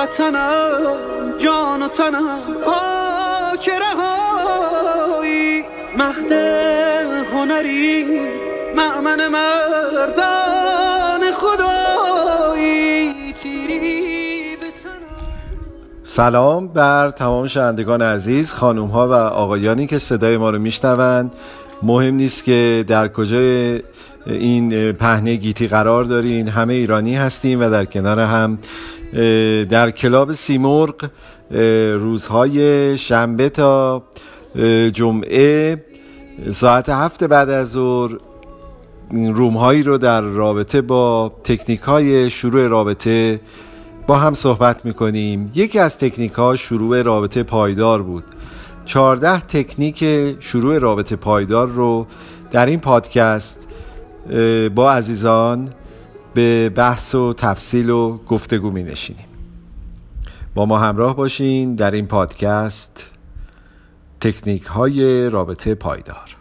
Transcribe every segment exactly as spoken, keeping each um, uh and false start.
وطنم جان و تنم خاک رهایی مهد هنری مأمن مردان خدایی تیری به تنم. سلام بر تمام شنوندگان عزیز، خانوم ها و آقایانی که صدای ما رو میشنوند. مهم نیست که در کجای این پهنه گیتی قرار دارین، همه ایرانی هستیم و در کنار هم در کلاب سیمرغ روزهای شنبه تا جمعه ساعت هفت بعد از ظهر روم هایی رو در رابطه با تکنیک های شروع رابطه با هم صحبت میکنیم. یکی از تکنیک ها شروع رابطه پایدار بود. چهارده تکنیک شروع رابطه پایدار رو در این پادکست با عزیزان به بحث و تفصیل و گفتگو می نشینیم. با ما همراه باشین در این پادکست تکنیک های رابطه پایدار.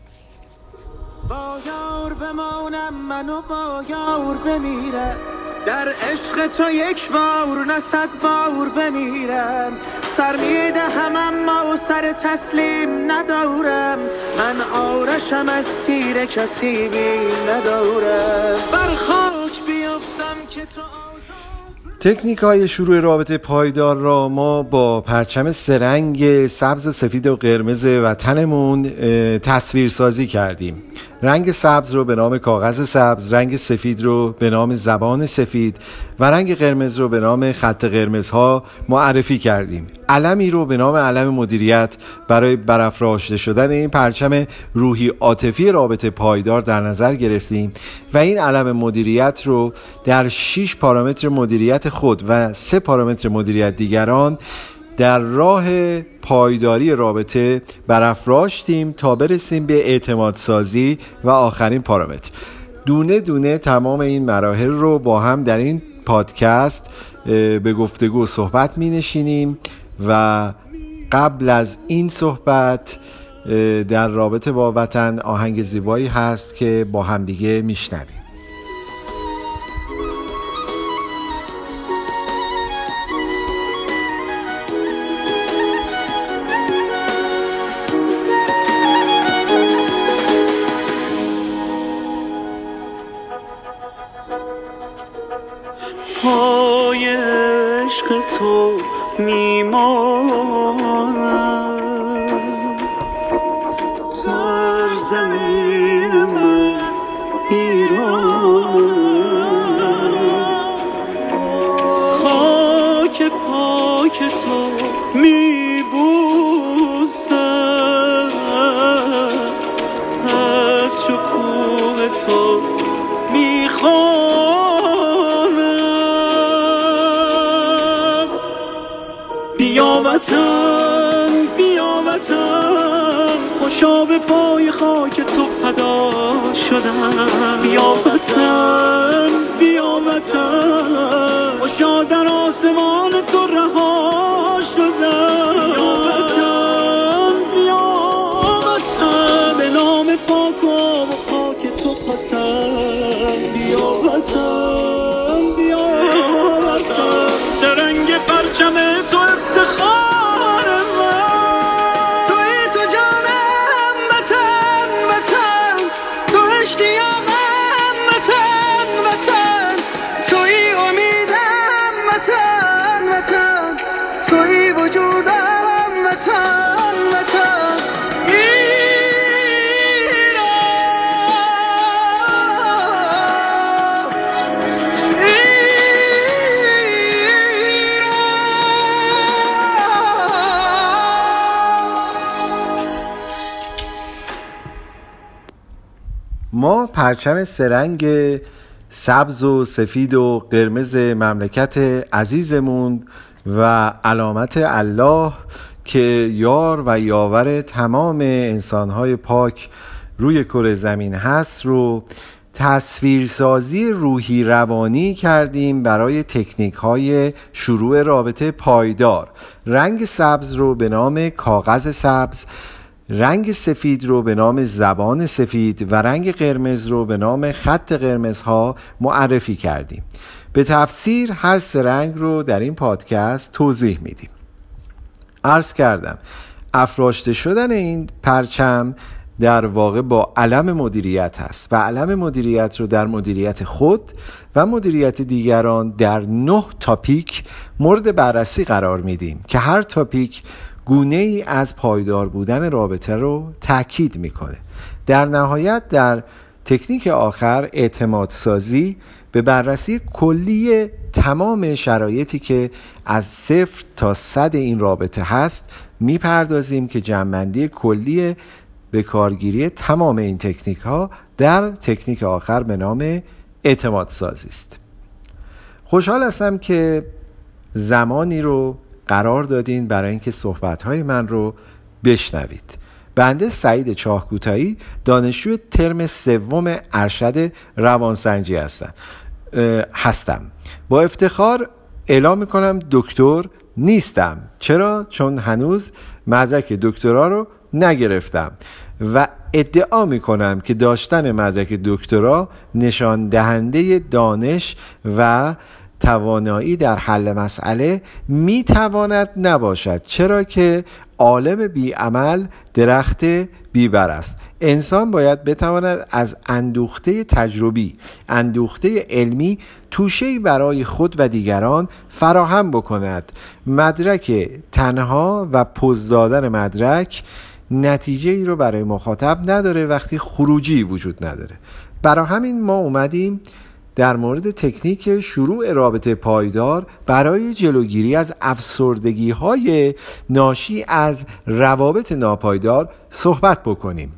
با یار بمانم منو با یار بمیرم، در عشق تو یک بار نه صد بار بمیرم، سر میدهم اما سر تسلیم ندارم، من آرشم از سیر کسی بی ندارم، بر خاک بیفتم که تو تکنیک های شروع رابطه پایدار را ما با پرچم سه‌رنگ سبز، سفید و قرمز وطنمون تصویرسازی کردیم. رنگ سبز رو به نام کاغذ سبز، رنگ سفید رو به نام زبان سفید و رنگ قرمز رو به نام خط قرمزها معرفی کردیم. علمی رو به نام علم مدیریت برای برافراشته شدن این پرچم روحی عاطفی رابطه پایدار در نظر گرفتیم و این علم مدیریت رو در شش پارامتر مدیریت خود و سه پارامتر مدیریت دیگران در راه پایداری رابطه برافراشتیم تا برسیم به اعتماد سازی و آخرین پارامتر. دونه دونه تمام این مراحل رو با هم در این پادکست به گفتگو صحبت می نشینیم و قبل از این صحبت در رابطه با وطن آهنگ زیبایی هست که با همدیگه می شنویم. پای عشق تو میمانم، سرزمین من ایران، خاک پاک تو میبوسم، از شکوه تو میخوام، بیا وطن بیا وطن، خوشا به پای خاک تو فدا شدم، بیا وطن بیا وطن، خوشا در آسمان تو رها شدم، بیا وطن بیا وطن، به نام پاک و خاک تو قسم، بیا وطن بیا وطن، سرنگ پرچم تو افتخار من، توی تو جانم وطن وطن، تو اشتیاقم وطن وطن، توی امیدم وطن وطن، توی وجودم وطن وطن، ما پرچم سه‌رنگ سبز و سفید و قرمز مملکت عزیزمون و علامت الله که یار و یاور تمام انسانهای پاک روی کره زمین هست رو تصویرسازی روحی روانی کردیم برای تکنیک های شروع رابطه پایدار. رنگ سبز رو به نام کاغذ سبز، رنگ سفید رو به نام زبان سفید و رنگ قرمز رو به نام خط قرمزها معرفی کردیم. به تفسیر هر سه رنگ رو در این پادکست توضیح میدیم. عرض کردم افراشته شدن این پرچم در واقع با علم مدیریت هست و علم مدیریت رو در مدیریت خود و مدیریت دیگران در نه تاپیک مورد بررسی قرار میدیم که هر تاپیک گونه ای از پایدار بودن رابطه رو تأکید میکنه. در نهایت در تکنیک آخر اعتماد سازی به بررسی کلی تمام شرایطی که از صفر تا صد این رابطه هست میپردازیم که جمع‌بندی کلی به کارگیری تمام این تکنیک ها در تکنیک آخر به نام اعتماد سازی است. خوشحال هستم که زمانی رو قرار دادین برای اینکه صحبت های من رو بشنوید. بنده سعید چاهکوتایی دانشجوی ترم سوم ارشد روانسنجی هستم. هستم با افتخار اعلام میکنم دکتر نیستم. چرا؟ چون هنوز مدرک دکترا رو نگرفتم و ادعا میکنم که داشتن مدرک دکترا نشان دهنده دانش و توانایی در حل مسئله میتواند نباشد، چرا که عالم بی عمل درخت بی بر است. انسان باید بتواند از اندوخته تجربی، اندوخته علمی توشه‌ای برای خود و دیگران فراهم بکند. مدرک تنها و پوز دادن مدرک نتیجه ای رو برای مخاطب نداره وقتی خروجی وجود نداره. برای همین ما اومدیم در مورد تکنیک شروع رابطه پایدار برای جلوگیری از افسردگی های ناشی از روابط ناپایدار صحبت بکنیم.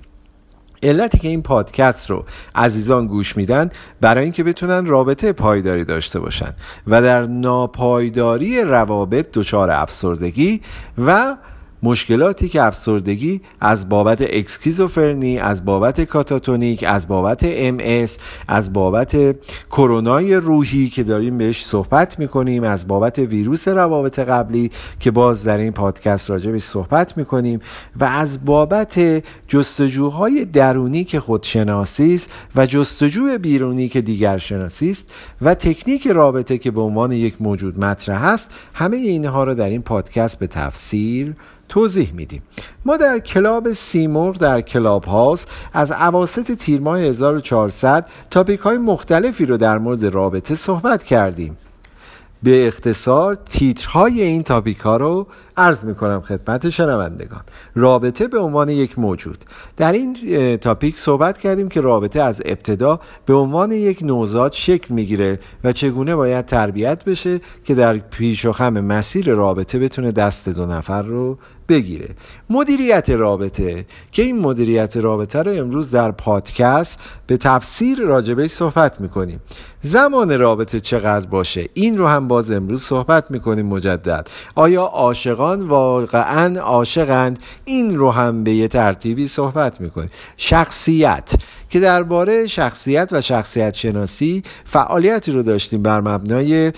علتی که این پادکست رو عزیزان گوش میدن برای اینکه بتونن رابطه پایداری داشته باشن و در ناپایداری روابط دچار افسردگی و مشکلاتی که افسردگی از بابت اسکیزوفرنی، از بابت کاتاتونیک، از بابت ام اس، از بابت کرونای روحی که داریم بهش صحبت میکنیم، از بابت ویروس روابط قبلی که باز در این پادکست راجع بهش صحبت میکنیم و از بابت جستجوهای درونی که خودشناسی است و جستجوی بیرونی که دیگر شناسی است و تکنیک رابطه که به عنوان یک موجود مطرح است، همه اینها رو در این پادکست به تفصیل توضیح میدیم. ما در کلاب سیمور در کلاب هاوس از اواسط تیر ماه هزار و چهارصد تاپیک های مختلفی رو در مورد رابطه صحبت کردیم. به اختصار تیترهای این تاپیک ها رو عرض میکنم خدمت شنوندگان. رابطه به عنوان یک موجود. در این تاپیک صحبت کردیم که رابطه از ابتدا به عنوان یک نوزاد شکل میگیره و چگونه باید تربیت بشه که در پیش و خم مسیر رابطه بتونه دست دو نفر رو بگیره. مدیریت رابطه که این مدیریت رابطه رو امروز در پادکست به تفسیر راجبش صحبت میکنیم. زمان رابطه چقدر باشه این رو هم باز امروز صحبت میکنیم مجدد. آیا عاشقان واقعا عاشقند؟ این رو هم به یه ترتیبی صحبت میکنیم. شخصیت که درباره شخصیت و شخصیت شناسی فعالیتی رو داشتیم بر مبنای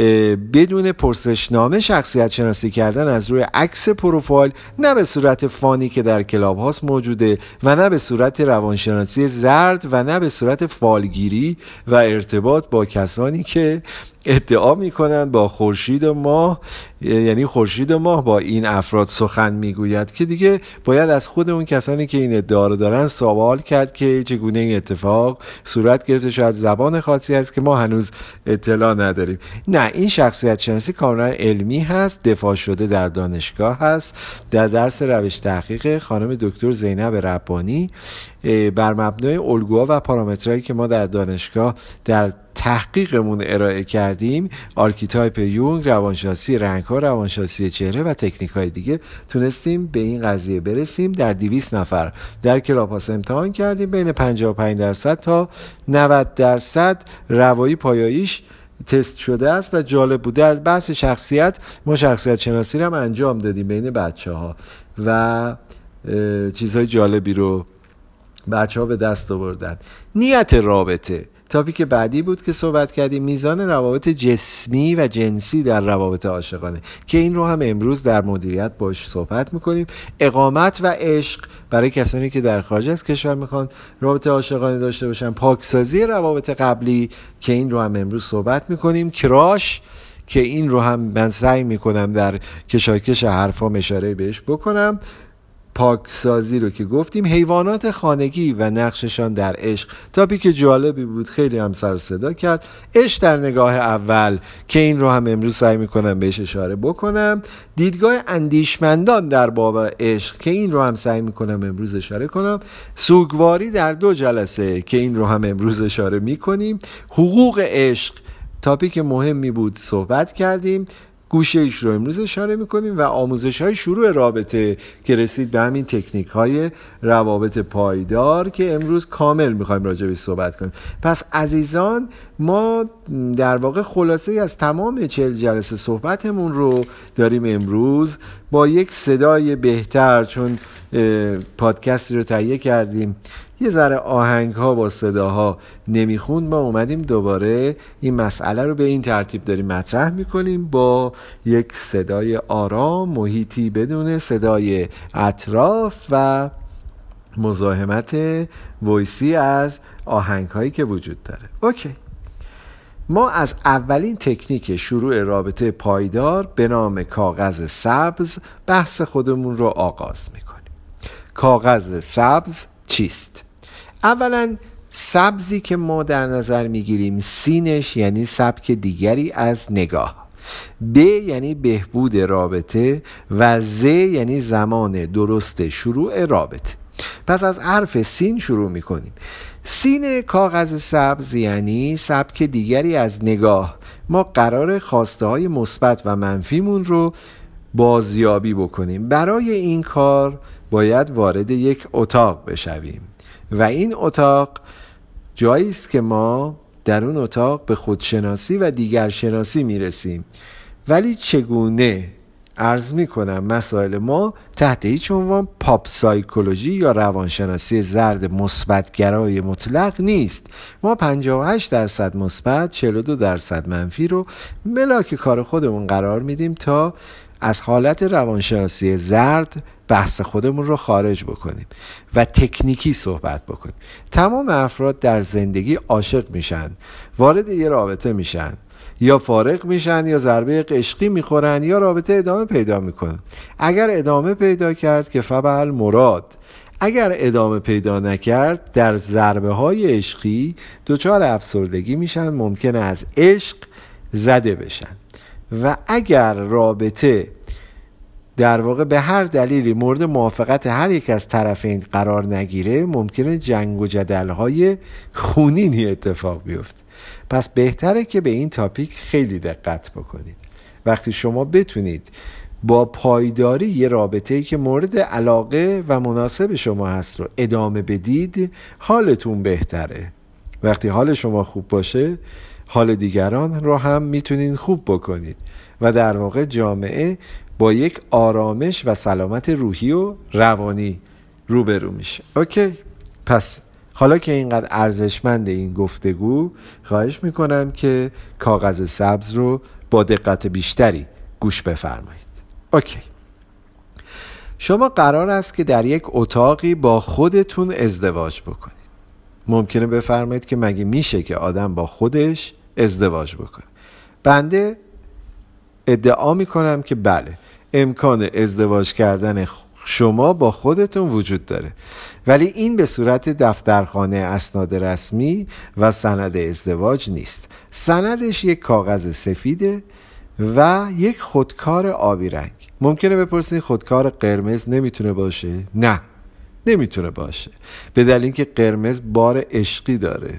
بدون پرسشنامه شخصیت شناسی کردن از روی عکس پروفایل، نه به صورت فانی که در کلاب هاست موجوده و نه به صورت روانشناسی زرد و نه به صورت فالگیری و ارتباط با کسانی که ادعا میکنن با خورشید و ماه، یعنی خورشید و ماه با این افراد سخن میگوید، که دیگه باید از خود اون کسانی که این ادعا رو دارن سوال کرد که چگونه این اتفاق صورت گرفته. شاید زبان خاصی هست که ما هنوز اطلاع نداریم. نه، این شخصیت شناسی کاملا علمی هست، دفاع شده در دانشگاه هست، در درس روش تحقیق خانم دکتر زینب ربانی بر مبنای الگوها و پارامترهایی که ما در دانشگاه در تحقیقمون ارائه کردیم، آرکیتایپ یونگ، روانشناسی رنگ‌ها، روانشناسی چهره و تکنیک‌های دیگه، تونستیم به این قضیه برسیم. در دویست نفر در کلاپاس امتحان کردیم، بین پنجاه و پنج درصد تا نود درصد روایی پایاییش تست شده است و جالب بود. در بحث شخصیت ما شخصیت شناسی رو هم انجام دادیم بین بچه‌ها و چیزهای جالبی رو بچه‌ها به دست آوردن. نیت رابطه تاپیک بعدی بود که صحبت کردیم میزان روابط جسمی و جنسی در روابط عاشقانه که این رو هم امروز در مدیریت باش صحبت میکنیم. اقامت و عشق برای کسانی که در خارج از کشور میخوان رابطه عاشقانه داشته باشن. پاکسازی روابط قبلی که این رو هم امروز صحبت میکنیم. کراش که این رو هم من سعی میکنم در کشاکش حرفام اشاره بهش بکنم. پاکسازی رو که گفتیم. حیوانات خانگی و نقششان در عشق تاپیک جالبی بود، خیلی هم سر صدا کرد. عشق در نگاه اول که این رو هم امروز سعی میکنم بهش اشاره بکنم. دیدگاه اندیشمندان در باب عشق که این رو هم سعی میکنم امروز اشاره کنم. سوگواری در دو جلسه که این رو هم امروز اشاره میکنیم. حقوق عشق تاپیک مهمی بود، صحبت کردیم، گوشه ایش رو امروز اشاره میکنیم. و آموزش های شروع رابطه که رسید به همین تکنیک های روابط پایدار که امروز کامل میخوایم راجع بهش صحبت کنیم. پس عزیزان، ما در واقع خلاصه از تمام چهل جلسه صحبتمون رو داریم امروز با یک صدای بهتر، چون پادکستی رو تهیه کردیم یه ذره آهنگ ها با صداها نمیخوند، ما اومدیم دوباره این مسئله رو به این ترتیب داریم مطرح میکنیم با یک صدای آرام، محیطی بدون صدای اطراف و مزاحمت وایسی از آهنگ هایی که وجود داره. اوکی، ما از اولین تکنیک شروع رابطه پایدار به نام کاغذ سبز بحث خودمون رو آغاز میکنیم. کاغذ سبز چیست؟ اولا سبزی که ما در نظر میگیریم سینش یعنی سبک دیگری از نگاه، ب یعنی بهبود رابطه و ز یعنی زمان درست شروع رابطه. پس از حرف سین شروع میکنیم. سین کاغذ سبز یعنی سبک دیگری از نگاه. ما قرار خواسته های مثبت و منفیمون رو بازیابی بکنیم. برای این کار باید وارد یک اتاق بشویم و این اتاق جایی است که ما در اون اتاق به خودشناسی و دیگر شناسی میرسیم. ولی چگونه؟ عرض میکنم مسائل ما تحت هیچ عنوان پاپ سایکولوژی یا روانشناسی زرد مثبت‌گرای مطلق نیست. ما پنجاه و هشت درصد مثبت، چهل و دو درصد منفی رو ملاک کار خودمون قرار میدیم تا از حالت روانشناسی زرد بحث خودمون رو خارج بکنیم و تکنیکی صحبت بکنیم. تمام افراد در زندگی عاشق میشن، وارد یه رابطه میشن، یا فارغ میشن، یا ضربه عشقی میخورن، یا رابطه ادامه پیدا میکنن. اگر ادامه پیدا کرد که فبل مراد، اگر ادامه پیدا نکرد در ضربه های عشقی دچار افسردگی میشن، ممکنه از عشق زده بشن. و اگر رابطه در واقع به هر دلیلی مورد موافقت هر یک از طرفین قرار نگیره، ممکنه جنگ و جدل‌های خونینی اتفاق بیفته. پس بهتره که به این تاپیک خیلی دقت بکنید. وقتی شما بتونید با پایداری یه رابطه‌ای که مورد علاقه و مناسب شما هست رو ادامه بدید، حالتون بهتره. وقتی حال شما خوب باشه، حال دیگران رو هم میتونین خوب بکنید و در واقع جامعه با یک آرامش و سلامت روحی و روانی روبرو میشه. اوکی، پس حالا که اینقدر ارزشمند این گفتگو، خواهش میکنم که کاغذ سبز رو با دقت بیشتری گوش بفرمایید. اوکی، شما قرار است که در یک اتاقی با خودتون ازدواج بکنید. ممکنه بفرمایید که مگه میشه که آدم با خودش ازدواج بکنه؟ بنده ادعا میکنم که بله، امکان ازدواج کردن شما با خودتون وجود داره، ولی این به صورت دفترخانه اسناد رسمی و سند ازدواج نیست. سندش یک کاغذ سفیده و یک خودکار آبی رنگ. ممکنه بپرسید خودکار قرمز نمیتونه باشه؟ نه، نمیتونه باشه، به دلیل اینکه قرمز بار عشقی داره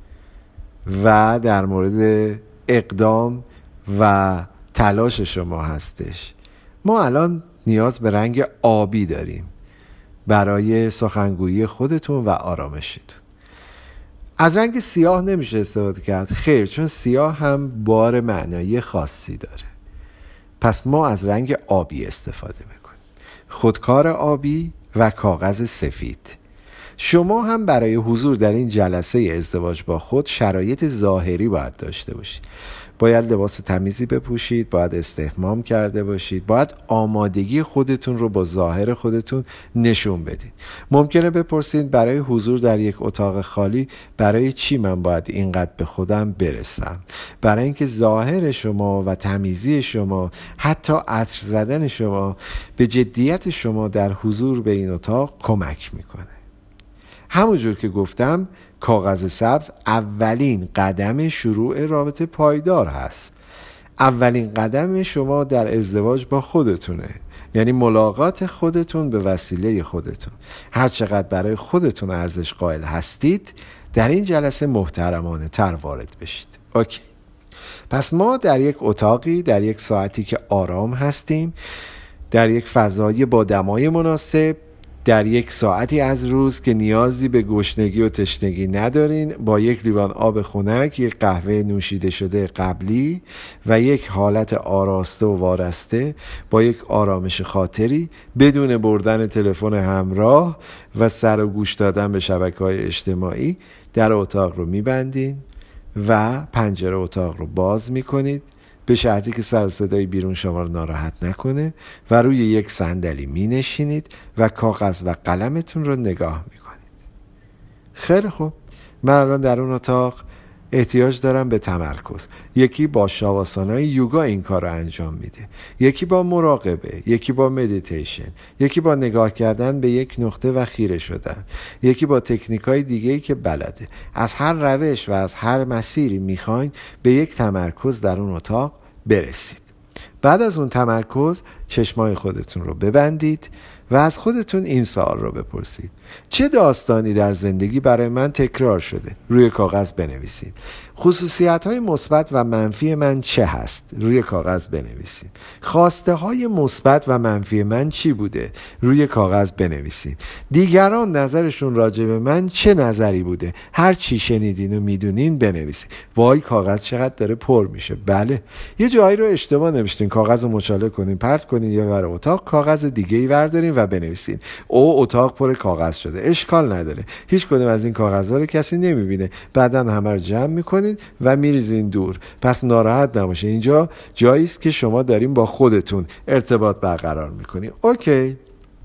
و در مورد اقدام و تلاش شما هستش. ما الان نیاز به رنگ آبی داریم برای سخنگویی خودتون و آرامشتون. از رنگ سیاه نمیشه استفاده کرد، خیر، چون سیاه هم بار معنایی خاصی داره. پس ما از رنگ آبی استفاده میکنیم، خودکار آبی و کاغذ سفید. شما هم برای حضور در این جلسه ازدواج با خود شرایط ظاهری باید داشته باشید. باید لباس تمیزی بپوشید، باید استحمام کرده باشید، باید آمادگی خودتون رو با ظاهر خودتون نشون بدید. ممکنه بپرسید برای حضور در یک اتاق خالی برای چی من باید اینقدر به خودم برسم؟ برای اینکه ظاهر شما و تمیزی شما، حتی عطر زدن شما به جدیت شما در حضور به این اتاق کمک میکنه. همونجور که گفتم کاغذ سبز اولین قدم شروع رابطه پایدار هست. اولین قدم شما در ازدواج با خودتونه، یعنی ملاقات خودتون به وسیله خودتون. هر چقدر برای خودتون ارزش قائل هستید در این جلسه محترمانه تر وارد بشید. اوکی. پس ما در یک اتاقی، در یک ساعتی که آرام هستیم، در یک فضایی با دمای مناسب، در یک ساعتی از روز که نیازی به گشنگی و تشنگی ندارین، با یک لیوان آب خنک، یک قهوه نوشیده شده قبلی و یک حالت آراسته و وارسته، با یک آرامش خاطری، بدون بردن تلفن همراه و سر و گوش دادن به شبکه‌های اجتماعی، در اتاق رو میبندین و پنجره اتاق رو باز میکنید، به شرطی که سر صدای بیرون شما رو ناراحت نکنه، و روی یک صندلی می نشینید و کاغذ و قلمتون رو نگاه می کنید. خیلی خوب، من الان در اون اتاق احتیاج دارم به تمرکز. یکی با شاواسانای یوگا این کار رو انجام میده، یکی با مراقبه، یکی با مدیتیشن، یکی با نگاه کردن به یک نقطه و خیره شدن، یکی با تکنیکای دیگه‌ای که بلده. از هر روش و از هر مسیری میخواین به یک تمرکز در اون اتاق برسید. بعد از اون تمرکز چشمای خودتون رو ببندید و از خودتون این سوال رو بپرسید: چه داستانی در زندگی برای من تکرار شده؟ روی کاغذ بنویسید. خصوصیت‌های مثبت و منفی من چه هست؟ روی کاغذ بنویسید. خواسته‌های مثبت و منفی من چی بوده؟ روی کاغذ بنویسید. دیگران نظرشون راجع به من چه نظری بوده؟ هر چی شنیدین و میدونین بنویسید. وای کاغذ چقدر داره پر میشه. بله، یه جایی رو اشتباه نوشتین، کاغذ رو مچاله کنین، پرت کنین یا ور اتاق کاغذ دیگه‌ای بردارین و بنویسین. او اتاق پر کاغذ شده. اشکال نداره، هیچ کدوم از این کاغذها رو کسی نمیبینه. بعداً همه رو جمع میکنین و میریزین دور. پس ناراحت نباشه، اینجا جایی است که شما دارین با خودتون ارتباط برقرار میکنین. اوکی.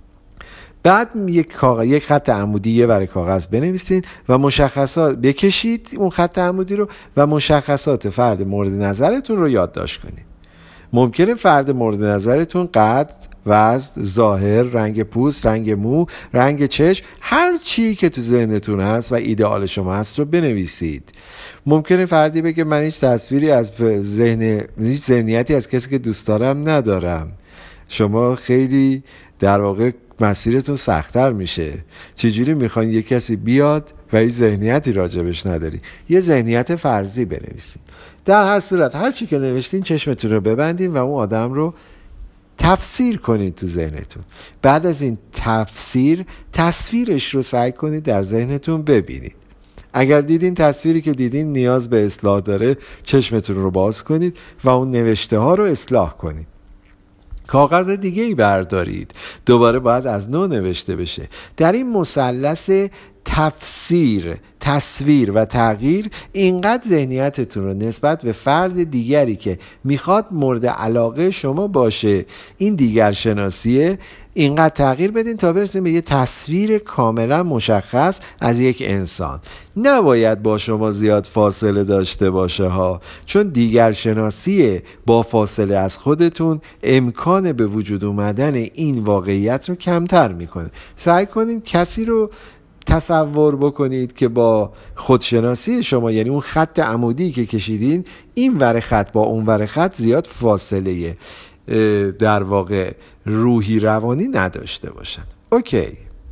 بعد یک کاغذ، یک خط عمودی یه ور کاغذ بنویسین و مشخصات بکشید اون خط عمودی رو و مشخصات فرد مورد نظرتون رو یادداشت کنید. ممکنه فرد مورد نظرتون قد، وزن، ظاهر، رنگ پوست، رنگ مو، رنگ چشم، هر چی که تو ذهنتون هست و ایدئال شما هست رو بنویسید. ممکنه فردی بگه من هیچ تصویری از ذهن، هیچ ذهنیتی از کسی که دوست دارم ندارم. شما خیلی در واقع مسیرتون سخت‌تر میشه. چجوری میخواین یه کسی بیاد و هیچ ذهنیتی راجبش نداری؟ یه ذهنیت فرضی بنویسید. در هر صورت هر چی که نوشتین چشمتون رو ببندین و اون آدم رو تفسیر کنید تو ذهنتون. بعد از این تفسیر تصویرش رو سعی کنید در ذهنتون ببینید. اگر دیدین تصویری که دیدین نیاز به اصلاح داره، چشمتون رو باز کنید و اون نوشته ها رو اصلاح کنید. کاغذ دیگه ای بردارید، دوباره باید از نو نوشته بشه. در این مثلث تفسیر، تصویر و تغییر اینقدر ذهنیتتون رو نسبت به فرد دیگری که میخواد مورد علاقه شما باشه، این دیگر شناسیه، اینقدر تغییر بدین تا برسیم به یه تصویر کاملا مشخص از یک انسان. نباید با شما زیاد فاصله داشته باشه ها، چون دیگر شناسی با فاصله از خودتون امکان به وجود اومدن این واقعیت رو کمتر میکنه. سعی کنین کسی رو تصور بکنید که با خودشناسی شما، یعنی اون خط عمودی که کشیدین، این ور خط با اون ور خط زیاد فاصله در واقع روحی روانی نداشته باشن. اوکی.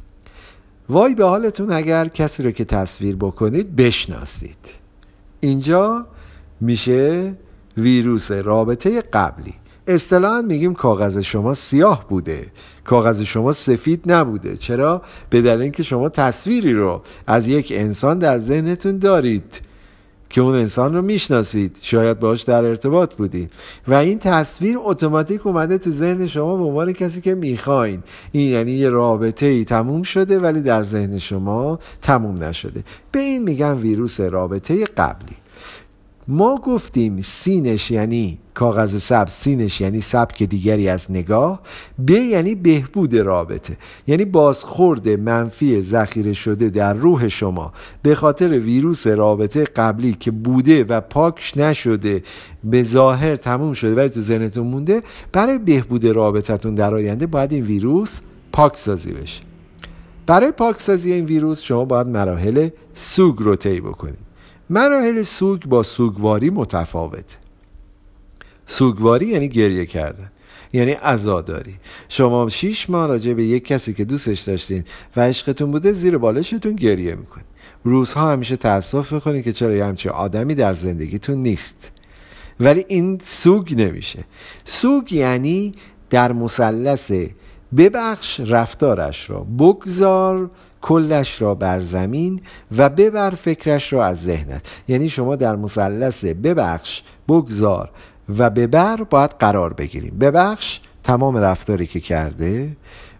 وای به حالتون اگر کسی رو که تصویر بکنید بشناسید. اینجا میشه ویروس رابطه قبلی. اصطلاحاً میگیم کاغذ شما سیاه بوده، کاغذ شما سفید نبوده. چرا؟ به دلیل اینکه شما تصویری رو از یک انسان در ذهنتون دارید که اون انسان رو میشناسید، شاید باهاش در ارتباط بودید و این تصویر اتوماتیک اومده تو ذهن شما به عنوان کسی که میخواین. این یعنی یه رابطه ای تموم شده ولی در ذهن شما تموم نشده. به این میگن ویروس رابطه قبلی. ما گفتیم سینش یعنی کاغذ سبز، سینش یعنی سبک دیگری از نگاه، ب یعنی بهبود رابطه، یعنی بازخورد منفی ذخیره شده در روح شما به خاطر ویروس رابطه قبلی که بوده و پاک نشده، به ظاهر تموم شده ولی تو ذهنتون مونده. برای بهبود رابطتون در آینده باید این ویروس پاک سازی بشه. برای پاک سازی این ویروس شما باید مراحل سوگ رو طی بکنید. مراحل سوگ با سوگواری متفاوته. سوگواری یعنی گریه کردن، یعنی عزاداری. شما شیش ماه راجع به یک کسی که دوستش داشتین و عشقتون بوده زیر بالشتون گریه میکنید. روزها همیشه تأسف میکنید که چرا یه همچین آدمی در زندگیتون نیست، ولی این سوگ نمیشه. سوگ یعنی در مثلث ببخش رفتارش را، بگذار کلش را بر زمین و ببر فکرش را از ذهنت. یعنی شما در مثلث ببخش، بگذار و ببر باید قرار بگیریم. ببخش تمام رفتاری که کرده،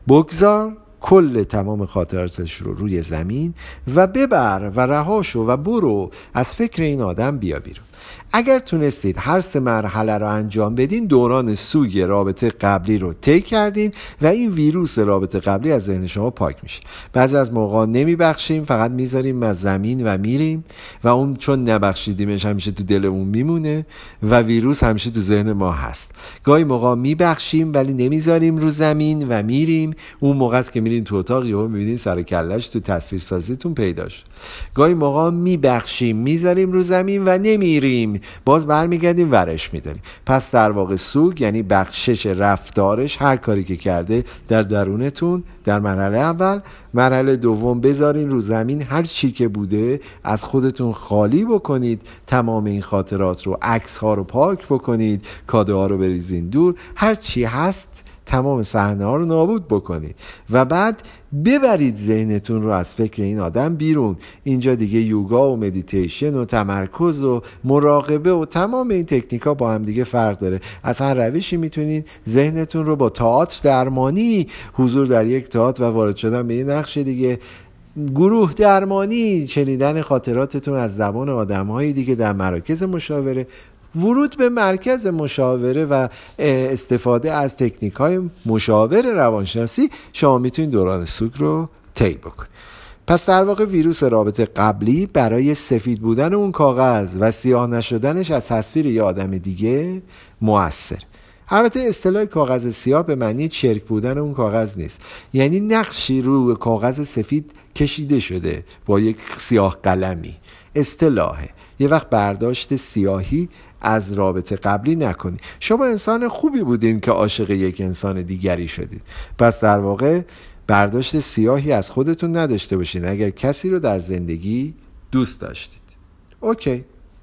بگذار کل تمام خاطراتش رو روی زمین و ببر و رهاشو و برو از فکر این آدم بیا بیرون. اگر تونستید هر سه مرحله رو انجام بدین، دوران سوگ رابطه قبلی رو طی کردین و این ویروس رابطه قبلی از ذهن شما پاک میشه. بعضی از موقع نمیبخشیم، فقط میذاریم از زمین و میریم و اون چون نبخشیدیمش همیشه تو دلمون میمونه و ویروس همیشه تو ذهن ما هست. گاهی موقع میبخشیم ولی نمیذاریم رو زمین و میریم. اون موقع است که میرین تو اتاق یهو میبینین سر کله‌اش تو تصویرسازیتون پیدا شد. گاهی موقع میبخشیم، میذاریم رو زمین و نمیریم، باز برمیگردیم ورش میداریم. پس در واقع سوگ یعنی بخشش رفتارش، هر کاری که کرده در درونتون در مرحله اول. مرحله دوم بذارین رو زمین، هر چی که بوده از خودتون خالی بکنید، تمام این خاطرات رو، عکس ها رو پاک بکنید، کادو ها رو بریزین دور، هر چی هست تمام صحنه ها رو نابود بکنید و بعد ببرید ذهنتون رو از فکر این آدم بیرون. اینجا دیگه یوگا و مدیتیشن و تمرکز و مراقبه و تمام این تکنیک ها با هم دیگه فرق داره. از هر روشی میتونید ذهنتون رو با تئاتر درمانی، حضور در یک تئاتر و وارد شدن به یه نقش دیگه، گروه درمانی، شنیدن خاطراتتون از زبان آدم‌های دیگه در مراکز مشاوره، ورود به مرکز مشاوره و استفاده از تکنیک‌های مشاور روانشناسی، شما میتونید دوران سوگ رو طی بکنید. پس در واقع ویروس رابطه قبلی برای سفید بودن اون کاغذ و سیاه نشدنش از تصویر یه آدم دیگه مؤثر. البته اصطلاح کاغذ سیاه به معنی چرک بودن اون کاغذ نیست، یعنی نقشی روی کاغذ سفید کشیده شده با یک سیاه قلمی. اصطلاحه. یه وقت برداشت سیاهی از رابطه قبلی نکنید. شما انسان خوبی بودین که عاشق یک انسان دیگری شدید، پس در واقع برداشت سیاهی از خودتون نداشته باشین اگر کسی رو در زندگی دوست داشتید. اوکی.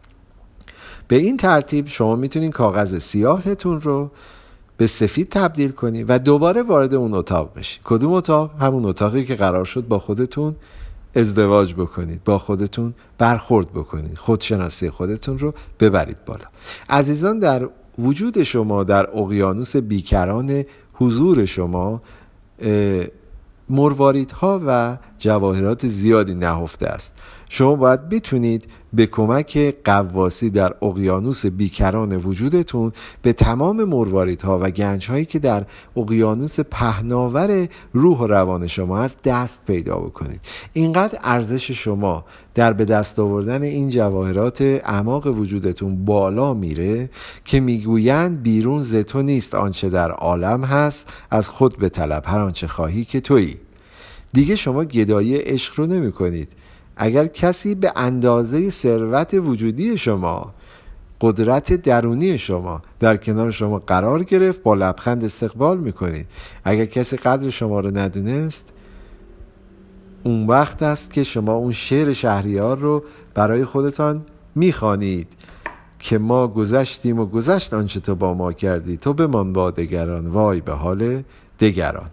به این ترتیب شما میتونین کاغذ سیاهتون رو به سفید تبدیل کنید و دوباره وارد اون اتاق بشید. کدوم اتاق؟ همون اتاقی که قرار شد با خودتون ازدواج بکنید، با خودتون برخورد بکنید، خودشناسی خودتون رو ببرید بالا. عزیزان، در وجود شما، در اقیانوس بیکران حضور شما، مرواریدها و جواهرات زیادی نهفته است. شما باید بتونید به کمک غواصی در اقیانوس بیکران وجودتون به تمام مرواریدها و گنج‌هایی که در اقیانوس پهناور روح و روان شما هست دست پیدا بکنید. اینقدر ارزش شما در به دست آوردن این جواهرات اعماق وجودتون بالا میره که میگویند بیرون ز تو نیست آنچه در عالم هست، از خود بطلب هر آنچه خواهی که تویی. دیگه شما گدایی عشق رو نمی کنید. اگر کسی به اندازه ثروت وجودی شما، قدرت درونی شما در کنار شما قرار گرفت، با لبخند استقبال میکنید. اگر کسی قدر شما رو ندونست، اون وقت است که شما اون شعر شهریار رو برای خودتان میخوانید که ما گذشتیم و گذشت آنچه تو با ما کردی، تو بمان با دگران، وای به حال دگران.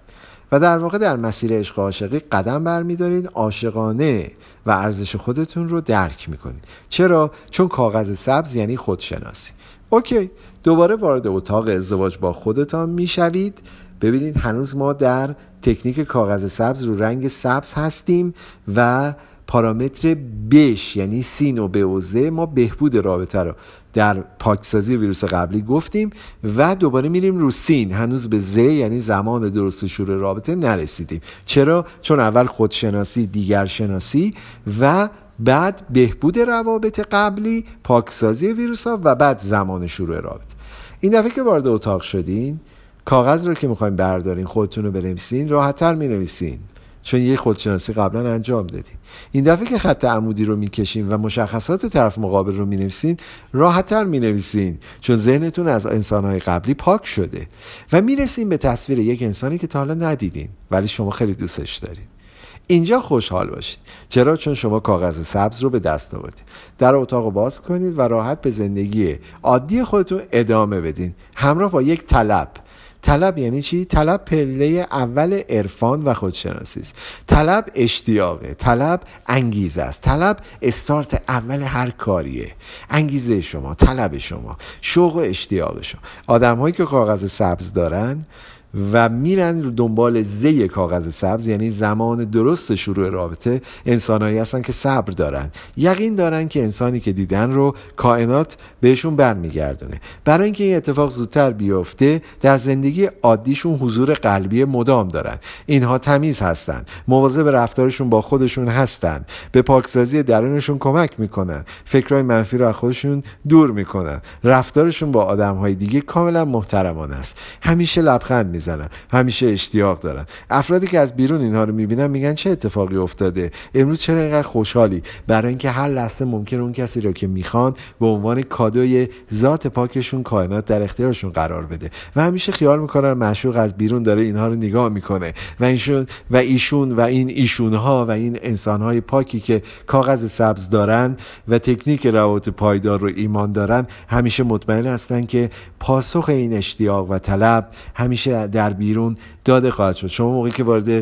و در واقع در مسیر عشق و عاشقی قدم برمی‌دارید، عاشقانه و ارزش خودتون رو درک می‌کنید. چرا؟ چون کاغذ سبز یعنی خودشناسی. اوکی، دوباره وارد اتاق ازدواج با خودتان میشوید. ببینید هنوز ما در تکنیک کاغذ سبز رو رنگ سبز هستیم و پارامتر بش یعنی سین و ب و ز ما بهبود رابطه رو در پاکسازی ویروس قبلی گفتیم و دوباره میریم رو سین، هنوز به ز یعنی زمان درست شروع رابطه نرسیدیم. چرا؟ چون اول خودشناسی، دیگر شناسی و بعد بهبود روابط قبلی، پاکسازی ویروس ها و بعد زمان شروع رابطه. این دفعه که وارد اتاق شدین، کاغذ رو که میخواین بردارین خودتون رو بنویسین، راحت‌تر مینویسین چون یه خودشناسی قبلا انجام دادین. این دفعه که خط عمودی رو میکشین و مشخصات طرف مقابل رو مینویسین، راحت‌تر مینویسین چون ذهنتون از انسان‌های قبلی پاک شده و میرسین به تصویر یک انسانی که تا حالا ندیدین ولی شما خیلی دوستش دارین. اینجا خوشحال باشید. چرا؟ چون شما کاغذ سبز رو به دست آوردید. در اتاق رو باز کنید و راحت به زندگی عادی خودتون ادامه بدین، همراه با یک طلب. طلب یعنی چی؟ طلب پله اول عرفان و خودشناسی است. طلب اشتیاقه، طلب انگیزه است، طلب استارت اول هر کاریه. انگیزه شما، طلب شما، شوق و اشتیاق شما. آدم هایی که کاغذ سبز دارن و میرن رو دنبال زی کاغذ سبز یعنی زمان درست شروع رابطه، انسانایی هستن که صبر دارن، یقین دارن که انسانی که دیدن رو کائنات بهشون برمیگردونه. برای اینکه این اتفاق زودتر بیفته در زندگی عادیشون حضور قلبی مدام دارن. اینها تمیز هستن، مواظب رفتارشون با خودشون هستن، به پاکسازی درونشون کمک میکنن، فکرهای منفی رو از خودشون دور میکنن، رفتارشون با آدمهای دیگه کاملا محترمانه است، همیشه لبخند میزنن، همیشه اشتیاق دارن. افرادی که از بیرون اینها رو میبینن میگن چه اتفاقی افتاده امروز، چرا اینقدر خوشحالی؟ برای اینکه هر لحظه ممکن اون کسی رو که میخوان به عنوان کادوی ذات پاکشون کائنات در اختیارشون قرار بده و همیشه خیال میکنن معشوق از بیرون داره اینها رو نگاه میکنه و ایشون و ایشون و این ایشونها و این انسانهای پاکی که کاغذ سبز دارن و تکنیک روابط پایدار رو ایمان دارن همیشه مطمئن هستن که پاسخ این اشتیاق و طلب همیشه در بیرون داده خواهد شد. شما موقعی که وارد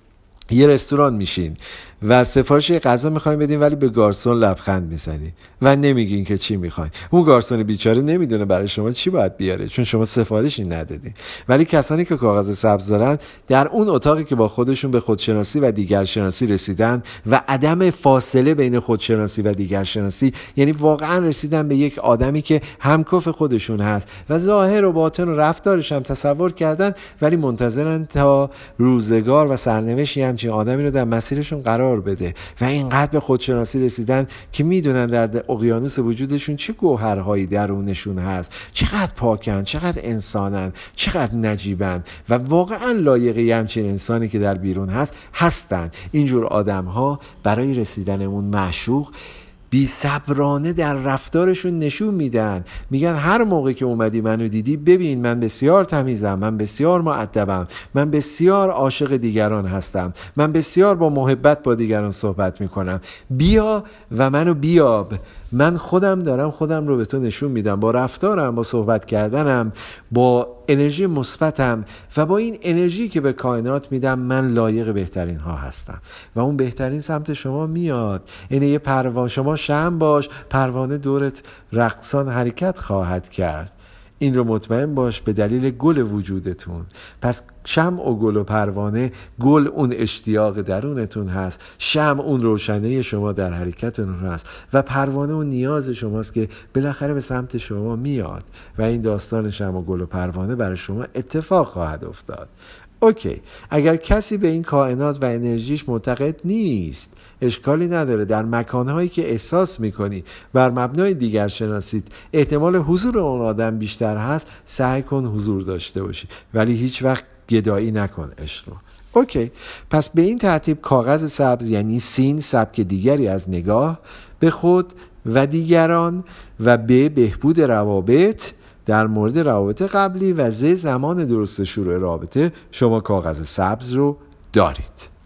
یه رستوران میشین و سفارش غذا میخواین بدین ولی به گارسون لبخند میزنین و نمیگین که چی میخواین. اون گارسون بیچاره نمیدونه برای شما چی باید بیاره چون شما سفارشی ندادین. ولی کسانی که کاغذ سبز دارن در اون اتاقی که با خودشون به خودشناسی و دیگر شناسی رسیدن و عدم فاصله بین خودشناسی و دیگر شناسی یعنی واقعا رسیدن به یک آدمی که همکف خودشون هست و ظاهر و باطن و رفتارش هم تصور کردن ولی منتظرن تا روزگار و سرنوشتی همچین آدمی رو در مسیرشون قرار بده و اینقدر به خودشناسی رسیدن که میدونن در اقیانوس وجودشون چه گوهرهایی درونشون هست، چقدر پاکن، چقدر انسانن، چقدر نجیبن و واقعا لایق همچین انسانی که در بیرون هست هستن. اینجور آدم ها برای رسیدن اون معشوق بی صبرانه در رفتارشون نشون میدن، میگن هر موقع که اومدی منو دیدی ببین من بسیار تمیزم، من بسیار مؤدبم، من بسیار عاشق دیگران هستم، من بسیار با محبت با دیگران صحبت میکنم، بیا و منو بیاب، من خودم دارم خودم رو به تو نشون میدم با رفتارم، با صحبت کردنم، با انرژی مثبتم و با این انرژی که به کائنات میدم من لایق بهترین ها هستم و اون بهترین سمت شما میاد. اینه یه پروانه، شما شمع باش، پروانه دورت رقصان حرکت خواهد کرد. این رو مطمئن باش به دلیل گل وجودتون. پس شمع و گل و پروانه، گل اون اشتیاق درونتون هست، شمع اون روشنه شما در حرکتتون هست و پروانه اون نیاز شماست که بالاخره به سمت شما میاد و این داستان شمع و گل و پروانه برای شما اتفاق خواهد افتاد. اوکی، اگر کسی به این کائنات و انرژیش معتقد نیست اشکالی نداره، در مکانهایی که احساس میکنی بر مبنای دیگر شناسید احتمال حضور اون آدم بیشتر هست، سعی کن حضور داشته باشی ولی هیچ وقت گدایی نکن عشق رو. اوکی، پس به این ترتیب کاغذ سبز یعنی سین، سبک دیگری از نگاه به خود و دیگران، و به بهبود روابط در مورد روابط قبلی و ز زمان درست شروع رابطه شما کاغذ سبز رو دارید.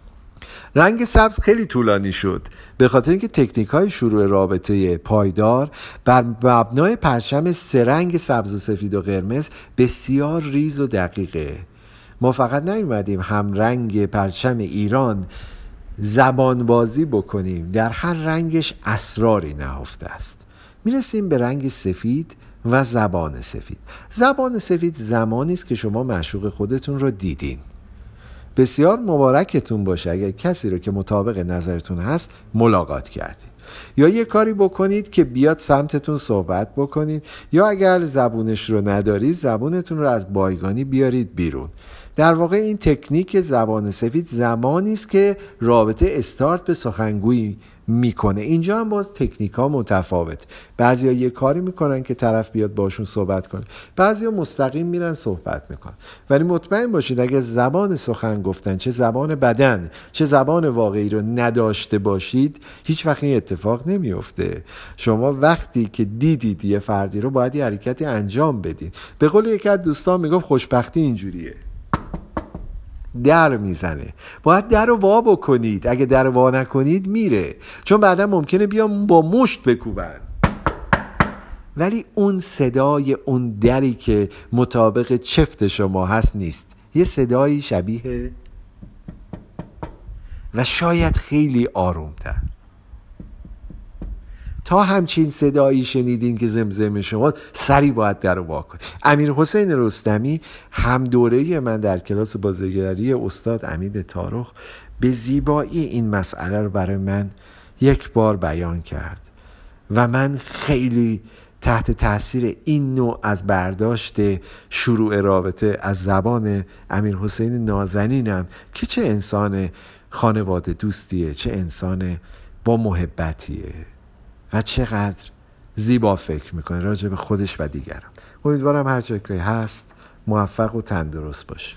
رنگ سبز خیلی طولانی شد به خاطر اینکه تکنیک‌های شروع رابطه پایدار بر مبنای پرچم سه رنگ سبز، سفید و قرمز بسیار ریز و دقیقه. ما فقط نیومدیم هم رنگ پرچم ایران زبان بازی بکنیم، در هر رنگش اسراری نهفته است. میرسیم به رنگ سفید و زبان سفید. زبان سفید زمانی است که شما معشوق خودتون رو دیدین. بسیار مبارکتون باشه اگر کسی رو که مطابق نظرتون هست ملاقات کردید، یا یه کاری بکنید که بیاد سمتتون صحبت بکنید، یا اگر زبونش رو ندارید زبونتون رو از بایگانی بیارید بیرون. در واقع این تکنیک زبان سفید زمانی است که رابطه استارت به سخنگویی میکنه. اینجا هم باز تکنیک ها متفاوت. بعضیا یه کاری میکنن که طرف بیاد باشون صحبت کنه، بعضیا مستقیم میرن صحبت میکنن. ولی مطمئن باشید اگه زبان سخن گفتن، چه زبان بدن چه زبان واقعی رو نداشته باشید، هیچ وقت این اتفاق نمیفته. شما وقتی که دیدید یه فردی رو باید یه حرکتی انجام بدید. به قول یکی از دوستان میگفت خوشبختی اینجوریه، در میزنه، باید در رو وا بکنید. اگه در رو وا نکنید میره، چون بعدا ممکنه بیام با مشت بکوبن. ولی اون صدای اون دری که مطابق چفت شما هست نیست، یه صدایی شبیه و شاید خیلی آرومتر. تا همچین صدایی شنیدین که زمزمه شما، سری باید در رو وا کنید. امیر حسین رستمی هم دوره من در کلاس بازیگری استاد امید تارخ به زیبایی این مسئله رو برای من یک بار بیان کرد و من خیلی تحت تاثیر این نوع از برداشت شروع رابطه از زبان امیر حسین نازنینم که چه انسان خانواده دوستیه، چه انسان با محبتیه و چقدر زیبا فکر میکنه راجع به خودش و دیگران. امیدوارم هر جایی که هست موفق و تندرست باشه.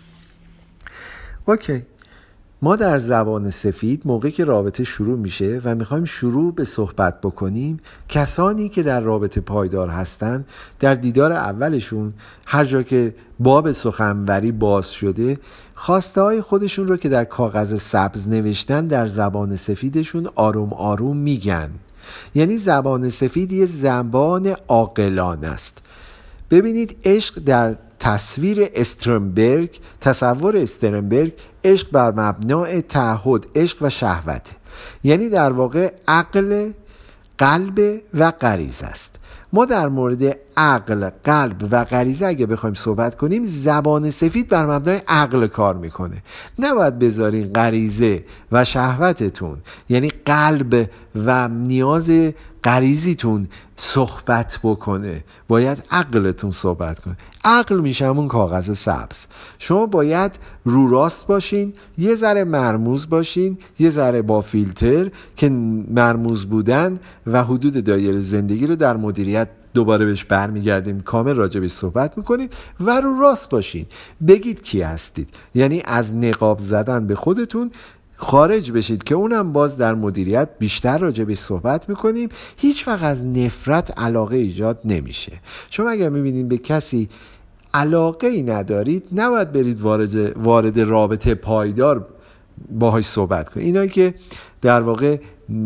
اوکی، ما در زبان سفید موقعی که رابطه شروع میشه و میخوایم شروع به صحبت بکنیم، کسانی که در رابطه پایدار هستن در دیدار اولشون هر جا که باب سخنوری باز شده، خواسته های خودشون رو که در کاغذ سبز نوشتن در زبان سفیدشون آروم آروم میگن. یعنی زبان سفید یه زبان عاقلانه است. ببینید عشق در تصویر استرنبرگ، تصور استرنبرگ، عشق بر مبنای تعهد، عشق و شهوت، یعنی در واقع عقل، قلب و غریزه است. ما در مورد عقل، قلب و غریزه اگه بخوایم صحبت کنیم، زبان سفید بر مبنای عقل کار میکنه. نباید بذارین غریزه و شهوتتون، یعنی قلب و نیاز غریزیتون صحبت بکنه، باید عقلتون صحبت کنه. عقل میشه همون کاغذ سبز. شما باید رو راست باشین، یه ذره مرموز باشین، یه ذره با فیلتر که مرموز بودن و حدود دایره زندگی رو در مدیریت دوباره بهش برمیگردیم، کامل راجبش صحبت میکنیم و رو راست باشین. بگید کی هستید، یعنی از نقاب زدن به خودتون خارج بشید که اونم باز در مدیریت بیشتر راجبش صحبت میکنیم. هیچ وقت از نفرت علاقه ایجاد نمیشه. شما اگر میبینید به کسی علاقه ای ندارید، نباید برید وارد, وارد رابطه پایدار باهاش صحبت کنید. اینایی که در واقع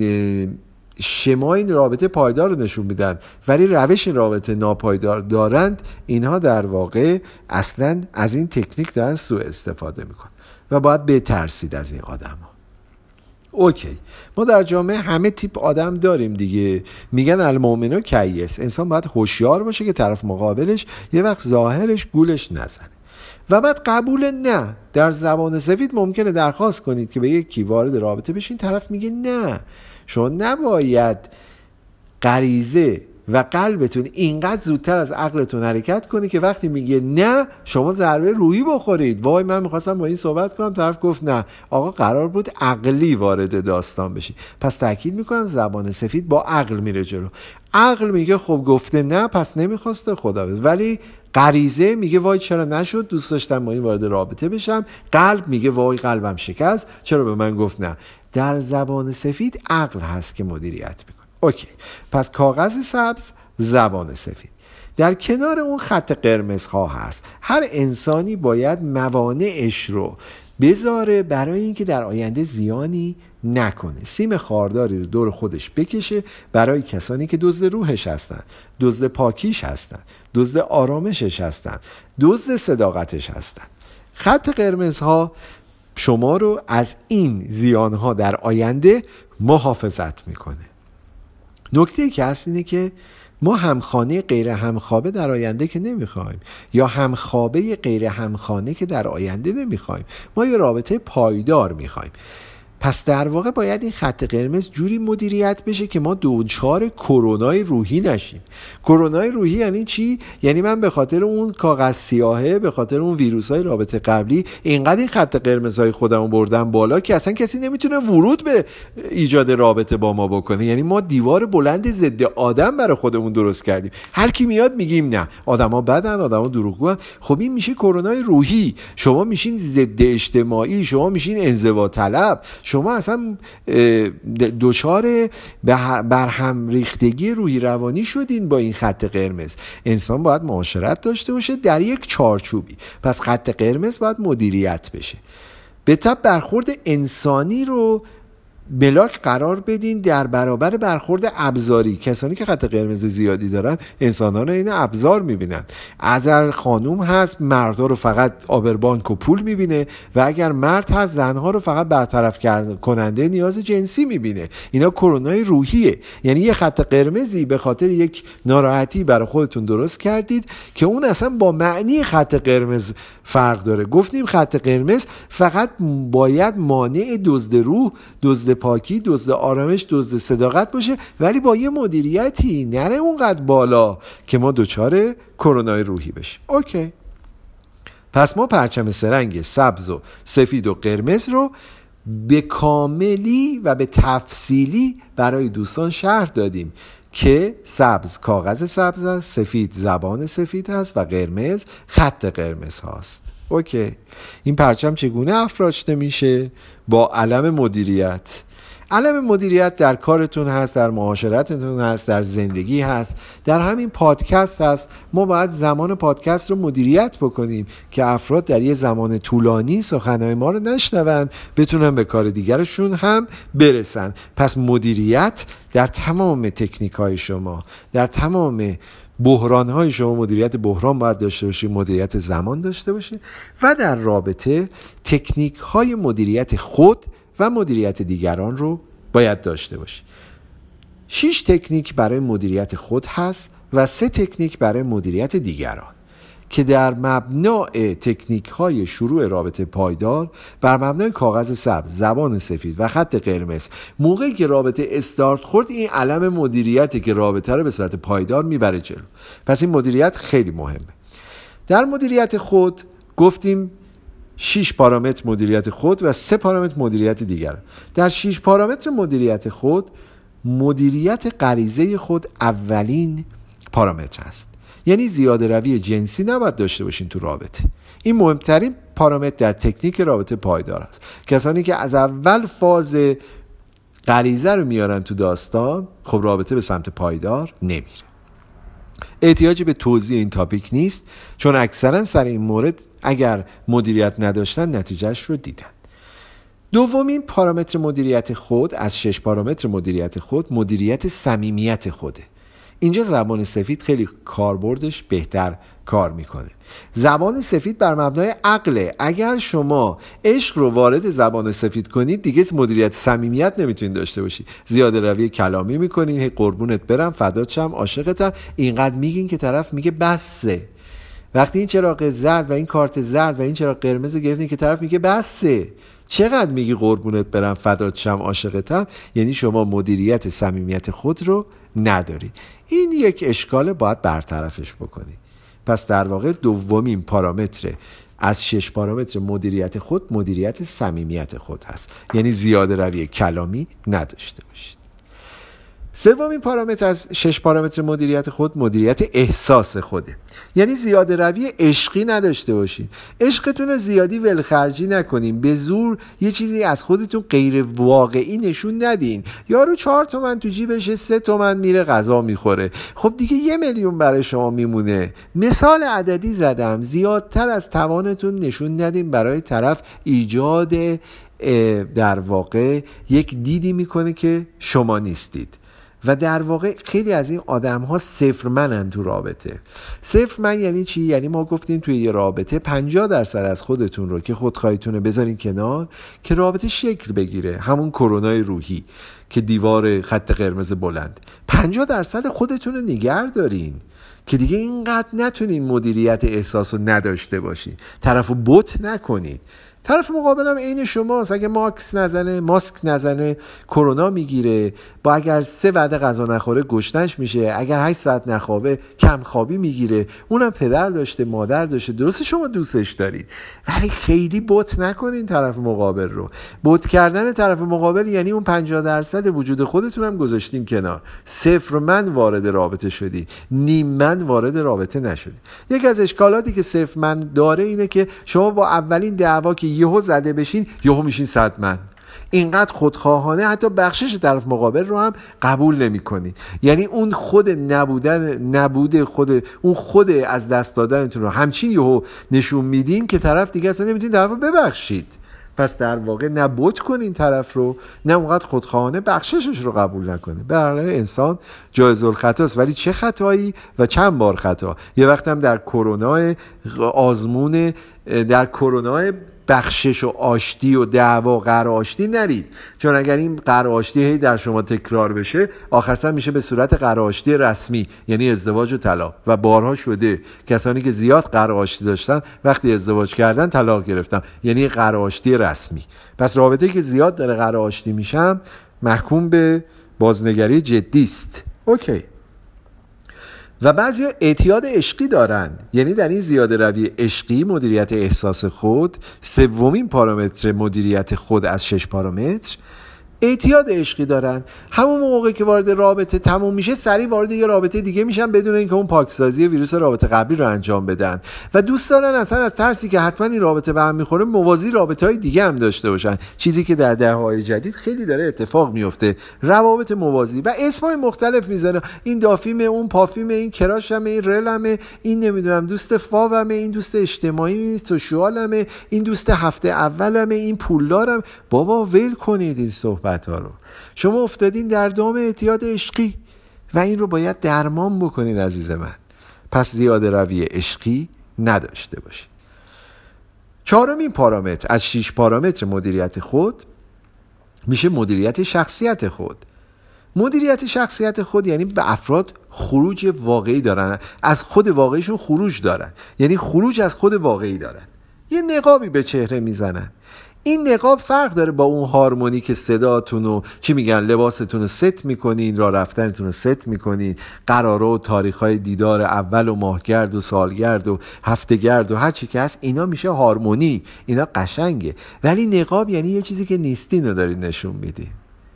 شما این رابطه پایدار رو نشون میدن ولی روش رابطه ناپایدار دارند، اینها در واقع اصلا از این تکنیک دارن سوء استفاده میکنن و باید بترسید از این آدم ها. اوکی، ما در جامعه همه تیپ آدم داریم دیگه. میگن المؤمن کیس، انسان باید هوشیار باشه که طرف مقابلش یه وقت ظاهرش گولش نزنه. و بعد قبول نه. در زبان سفید ممکنه درخواست کنید که به یکی وارد رابطه بشین، طرف میگه نه. شما نباید غریزه و قلبتون اینقدر زودتر از عقلتون حرکت کنه که وقتی میگه نه شما ضربه روحی بخورید. وای من میخواستم با این صحبت کنم، طرف گفت نه. آقا قرار بود عقلی وارد داستان بشی. پس تاکید میکنم زبان سفید با عقل میره جلو. عقل میگه خب گفته نه پس نمیخواسته خدا بده، ولی غریزه میگه وای چرا نشد، دوست داشتم با این وارد رابطه بشم. قلب میگه وای قلبم شکست، چرا به من گفت نه. در زبان سفید عقل هست که مدیریت میکنه. اوکی، پس کاغذ سبز، زبان سفید. در کنار اون خط قرمزها هست. هر انسانی باید موانعش رو بذاره برای اینکه در آینده زیانی نکنه. سیم خارداری رو دور خودش بکشه برای کسانی که دزد روحش هستن، دزد پاکیش هستن، دزد آرامشش هستن، دزد صداقتش هستن. خط قرمز ها شما رو از این زیان ها در آینده محافظت میکنه. نکته که هست اینه که ما همخانه غیر همخوابه در آینده که نمیخوایم، یا همخوابه غیر همخانه که در آینده نمیخوایم. ما یه رابطه پایدار میخوایم. پس در واقع باید این خط قرمز جوری مدیریت بشه که ما دچار کرونای روحی نشیم. کرونای روحی یعنی چی؟ یعنی من به خاطر اون کاغذ سیاهه، به خاطر اون ویروس‌های رابطه قبلی اینقدر این خط قرمزهای خودمو بردم بالا که اصلا کسی نمیتونه ورود به ایجاد رابطه با ما بکنه. یعنی ما دیوار بلند ضد آدم برای خودمون درست کردیم. هر کی میاد میگیم نه، آدما بدن، آدما دروغگوان. خب این میشه کرونای روحی. شما میشین ضد اجتماعی، شما میشین انزوا طلب، شما اصلا دچار برهم ریختگی روحی روانی شدین با این خط قرمز. انسان باید معاشرت داشته باشه در یک چارچوبی، پس خط قرمز باید مدیریت بشه. به تبع برخورد انسانی رو ملاک قرار بدین در برابر برخورد ابزاری. کسانی که خط قرمز زیادی دارن انسان‌ها رو این ابزار میبینن. اگر خانوم هست مردها رو فقط آبربانک و پول میبینه، و اگر مرد هست زنها رو فقط برطرف کننده نیاز جنسی میبینه. اینا کرونای روحیه. یعنی یه خط قرمزی به خاطر یک ناراحتی برای خودتون درست کردید که اون اصلا با معنی خط قرمز فرق داره. گفتیم خط قرمز فقط باید مانع دزد روح، دزد پاکی، دزد آرامش، دزد صداقت باشه، ولی با یه مدیریتی، نره اونقدر بالا که ما دچار کرونای روحی بشیم. اوکی. پس ما پرچم سه‌رنگ سبز و سفید و قرمز رو به کاملی و به تفصیلی برای دوستان شرح دادیم که سبز کاغذ سبز است، سفید زبان سفید هست و قرمز خط قرمز هاست. اوکی. این پرچم چگونه افراشته میشه؟ با علم مدیریت. علم مدیریت در کارتون هست، در معاشرتتون هست، در زندگی هست، در همین پادکست هست. ما باید زمان پادکست رو مدیریت بکنیم که افراد در یه زمان طولانی سخنهای ما رو نشنون، بتونن به کار دیگرشون هم برسن. پس مدیریت در تمام تکنیک های شما، در تمام بحران های شما مدیریت بحران باید داشته باشید، مدیریت زمان داشته باشید، و در رابطه تکنیک های مدیریت خود و مدیریت دیگران رو باید داشته باشید. شش تکنیک برای مدیریت خود هست و سه تکنیک برای مدیریت دیگران که در مبنای تکنیک های شروع رابطه پایدار بر مبنای کاغذ سبز، زبان سفید و خط قرمز، موقعی که رابطه استارت خورد، این علم مدیریتی که رابطه رو به صورت پایدار میبره جلو. پس این مدیریت خیلی مهمه. در مدیریت خود گفتیم شش پارامتر مدیریت خود و سه پارامتر مدیریت دیگر. در شش پارامتر مدیریت خود، مدیریت غریزه خود اولین پارامتر است. یعنی زیاده روی جنسی نباید داشته باشین تو رابطه. این مهمترین پارامتر در تکنیک رابطه پایدار است. کسانی که از اول فاز غریزه رو میارن تو داستان، خب رابطه به سمت پایدار نمیره. احتیاجی به توضیح این تاپیک نیست، چون اکثرا سر این مورد اگر مدیریت نداشتن نتیجهش رو دیدن. دومین پارامتر مدیریت خود از شش پارامتر مدیریت خود، مدیریت صمیمیت خوده. اینجا زبان سفید خیلی کاربردش بهتر کار میکنه. زبان سفید بر مبنای عقله. اگر شما عشق رو وارد زبان سفید کنید، دیگه مدیریت صمیمیت نمیتونید داشته باشید. زیاده روی کلامی میکنین، هی قربونت برم، فدات شم، عاشقتم، اینقدر میگین که طرف میگه بسه. وقتی این چراغ زرد و این کارت زرد و این چراغ قرمز رو گرفتین که طرف میگه بسه، چقدر میگی قربونت برم، فدات شم، عاشقتم، یعنی شما مدیریت صمیمیت خود رو ندارید. این یک اشکال، باید برطرفش بکنی. پس در واقع دومین پارامتر از شش پارامتر مدیریت خود، مدیریت صمیمیت خود هست. یعنی زیاده روی کلامی نداشته باشید. سومین پارامتر از شش پارامتر مدیریت خود، مدیریت احساس خوده. یعنی زیاده روی عشقی نداشته باشین. عشقتون رو زیادی ولخرجی نکنین. به زور یه چیزی از خودتون غیر واقعی نشون ندین. یارو چهار تومن تو جیبشه، سه تومن میره غذا میخوره، خب دیگه یه میلیون برای شما میمونه. مثال عددی زدم. زیادتر از توانتون نشون ندین برای طرف ایجاد در واقع یک دیدی میکنه که شما نیستید. و در واقع خیلی از این آدم ها صفر منن تو رابطه. صفر من یعنی چی؟ یعنی ما گفتیم توی یه رابطه پنجاه درصد از خودتون رو که خودخواهیتونه بذارین کنار که رابطه شکل بگیره، همون کرونای روحی که دیوار خط قرمز بلند. پنجاه درصد خودتون رو نگه دارین که دیگه اینقدر نتونین مدیریت احساس رو نداشته باشین، طرف رو بت نکنین. طرف مقابلم عین شماست، اگه ماکس نزنه، ماسک نزنه، کرونا میگیره، با اگر سه وعده غذا نخوره گشتنش میشه، اگر هشت ساعت نخوابه کم خوابی میگیره، اونم پدر داشته مادر داشته. درسته شما دوستش دارید ولی خیلی بت نکنین طرف مقابل رو. بت کردن طرف مقابل یعنی اون پنجاه درصد وجود خودتون هم گذاشتین کنار. صفر من وارد رابطه شدی، نیم من وارد رابطه نشدی. یکی از اشکالاتی که صفر من داره اینه که شما با اولین دعوا که یهو زده بشین یهو میشین صد من. اینقدر خودخواهانه حتی بخشش طرف مقابل رو هم قبول نمی کنی. یعنی اون خود نبودن نبوده خود اون خود از دست دادنتون رو همچین یهو نشون میدین که طرف دیگه اصلا نمیتونین طرف رو ببخشید. پس در واقع نه بت کنین طرف رو، نه اونقدر خودخواهانه بخششش رو قبول نکنه. به هر حال انسان جایز الخطاست، ولی چه خطایی و چند بار خطا. یه وقت هم در کرونا آزمون، در کرونا بخشش و آشتی و دعوا قرار آشتی نرید، چون اگر این قرار آشتی هی در شما تکرار بشه آخر سر میشه به صورت قرار آشتی رسمی، یعنی ازدواج و طلاق. و بارها شده کسانی که زیاد قرار آشتی داشتن وقتی ازدواج کردن طلاق گرفتن، یعنی قرار آشتی رسمی. پس رابطه‌ای که زیاد داره قرار آشتی میشم محکوم به بازنگری جدی است. اوکی. و بعضیا اعتیاد عشقی دارن، یعنی در این زیاده روی عشقی مدیریت احساس خود، سومین پارامتر مدیریت خود از شش پارامتر، اعتیاد عشقی دارن. همون موقع که وارد رابطه تموم میشه سریع وارد یه رابطه دیگه میشن بدون اینکه اون پاکسازی ویروس رابطه قبلی رو انجام بدن و دوست دارن اصلا از ترسی که حتما این رابطه به هم میخوره موازی رابطه‌های دیگه هم داشته باشن، چیزی که در دهه‌های جدید خیلی داره اتفاق میفته. روابط موازی و اسمای مختلف میذاره، این دافیمه، اون پافیمه، این کراشمه، این رلمه، این نمیدونم دوست فاومه، این دوست اجتماعی سوشیالمه، این دوست هفته اولمه، این پولدارم. بابا ول کنید این صحبت ها رو. شما افتادین در دام اعتیاد عشقی و این رو باید درمان بکنین عزیز من. پس زیاده روی عشقی نداشته باشید. چهارمین پارامتر از شش پارامتر مدیریت خود میشه مدیریت شخصیت خود. مدیریت شخصیت خود یعنی به افراد خروج واقعی دارن، از خود واقعیشون خروج دارن، یعنی خروج از خود واقعی دارن. یه نقابی به چهره میزنن. این نقاب فرق داره با اون هارمونی که صداتون و چی میگن لباستون رو ست میکنین، راه رفتنتون رو ست میکنین، قراره و تاریخهای دیدار اول و ماهگرد و سالگرد و هفتهگرد و هر چی که هست، اینا میشه هارمونی، اینا قشنگه. ولی نقاب یعنی یه چیزی که نیستین رو دارین نشون میدین.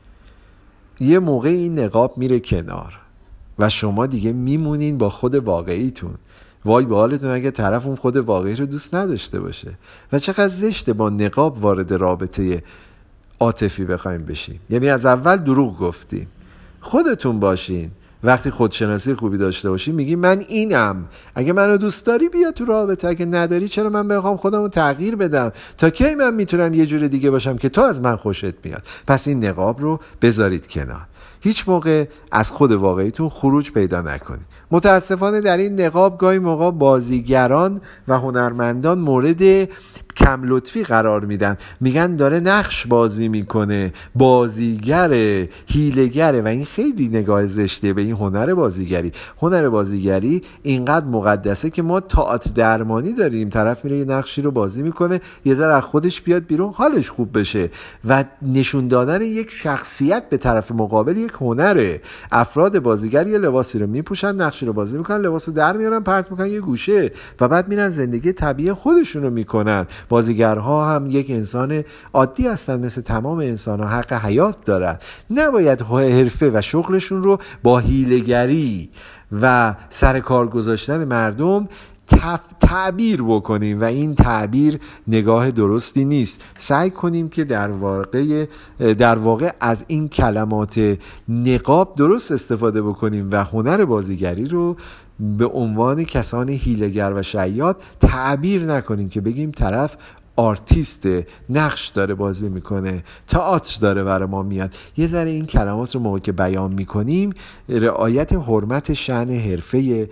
یه موقع این نقاب میره کنار و شما دیگه میمونین با خود واقعیتون. وای به حالتون اگه طرف اون خود واقعی رو دوست نداشته باشه. و چقدر زشته با نقاب وارد رابطه عاطفی بخوایم بشیم. یعنی از اول دروغ گفتیم. خودتون باشین. وقتی خودشناسی خوبی داشته باشین میگی من اینم، اگه منو دوست داری بیا تو رابطه، اگه نداری چرا من بخوام خودمو تغییر بدم؟ تا کی من میتونم یه جور دیگه باشم که تو از من خوشت میاد؟ پس این نقاب رو بذارید کنار. هیچ موقع از خود واقعیتون خروج پیدا نکنید. متاسفانه در این نقاب گاهی موقع بازیگران و هنرمندان مورد کم لطفی قرار میدن، میگن داره نقش بازی میکنه، بازیگره، هیله‌گره و این خیلی نگاه زشته به این هنر بازیگری. هنر بازیگری اینقدر مقدسه که ما تئاتر درمانی داریم، طرف میره یه نقشی رو بازی میکنه یه ذره از خودش بیاد بیرون حالش خوب بشه و نشون دادن یک شخصیت به طرف مقابل یک هنره. افراد بازیگر یه لباسی رو میپوشن، نقشی رو بازی میکنن، لباسو در میارن پرت میکنن یه گوشه و بعد میرن زندگی طبیعی خودشون رو میکنن. بازیگرها هم یک انسان عادی هستن، مثل تمام انسان‌ها حق حیات دارن. نباید حرفه و شغلشون رو با حیله‌گری و سر کار گذاشتن مردم تعبیر بکنیم و این تعبیر نگاه درستی نیست. سعی کنیم که در واقع در واقع از این کلمات نقاب درست استفاده بکنیم و هنر بازیگری رو به عنوان کسان حیله‌گر و شیاد تعبیر نکنیم که بگیم طرف آرتیست، نقش داره بازی میکنه، تئاتر داره برای ما میاد. یه ذره این کلمات رو موقع که بیان میکنیم رعایت حرمت شأن حرفه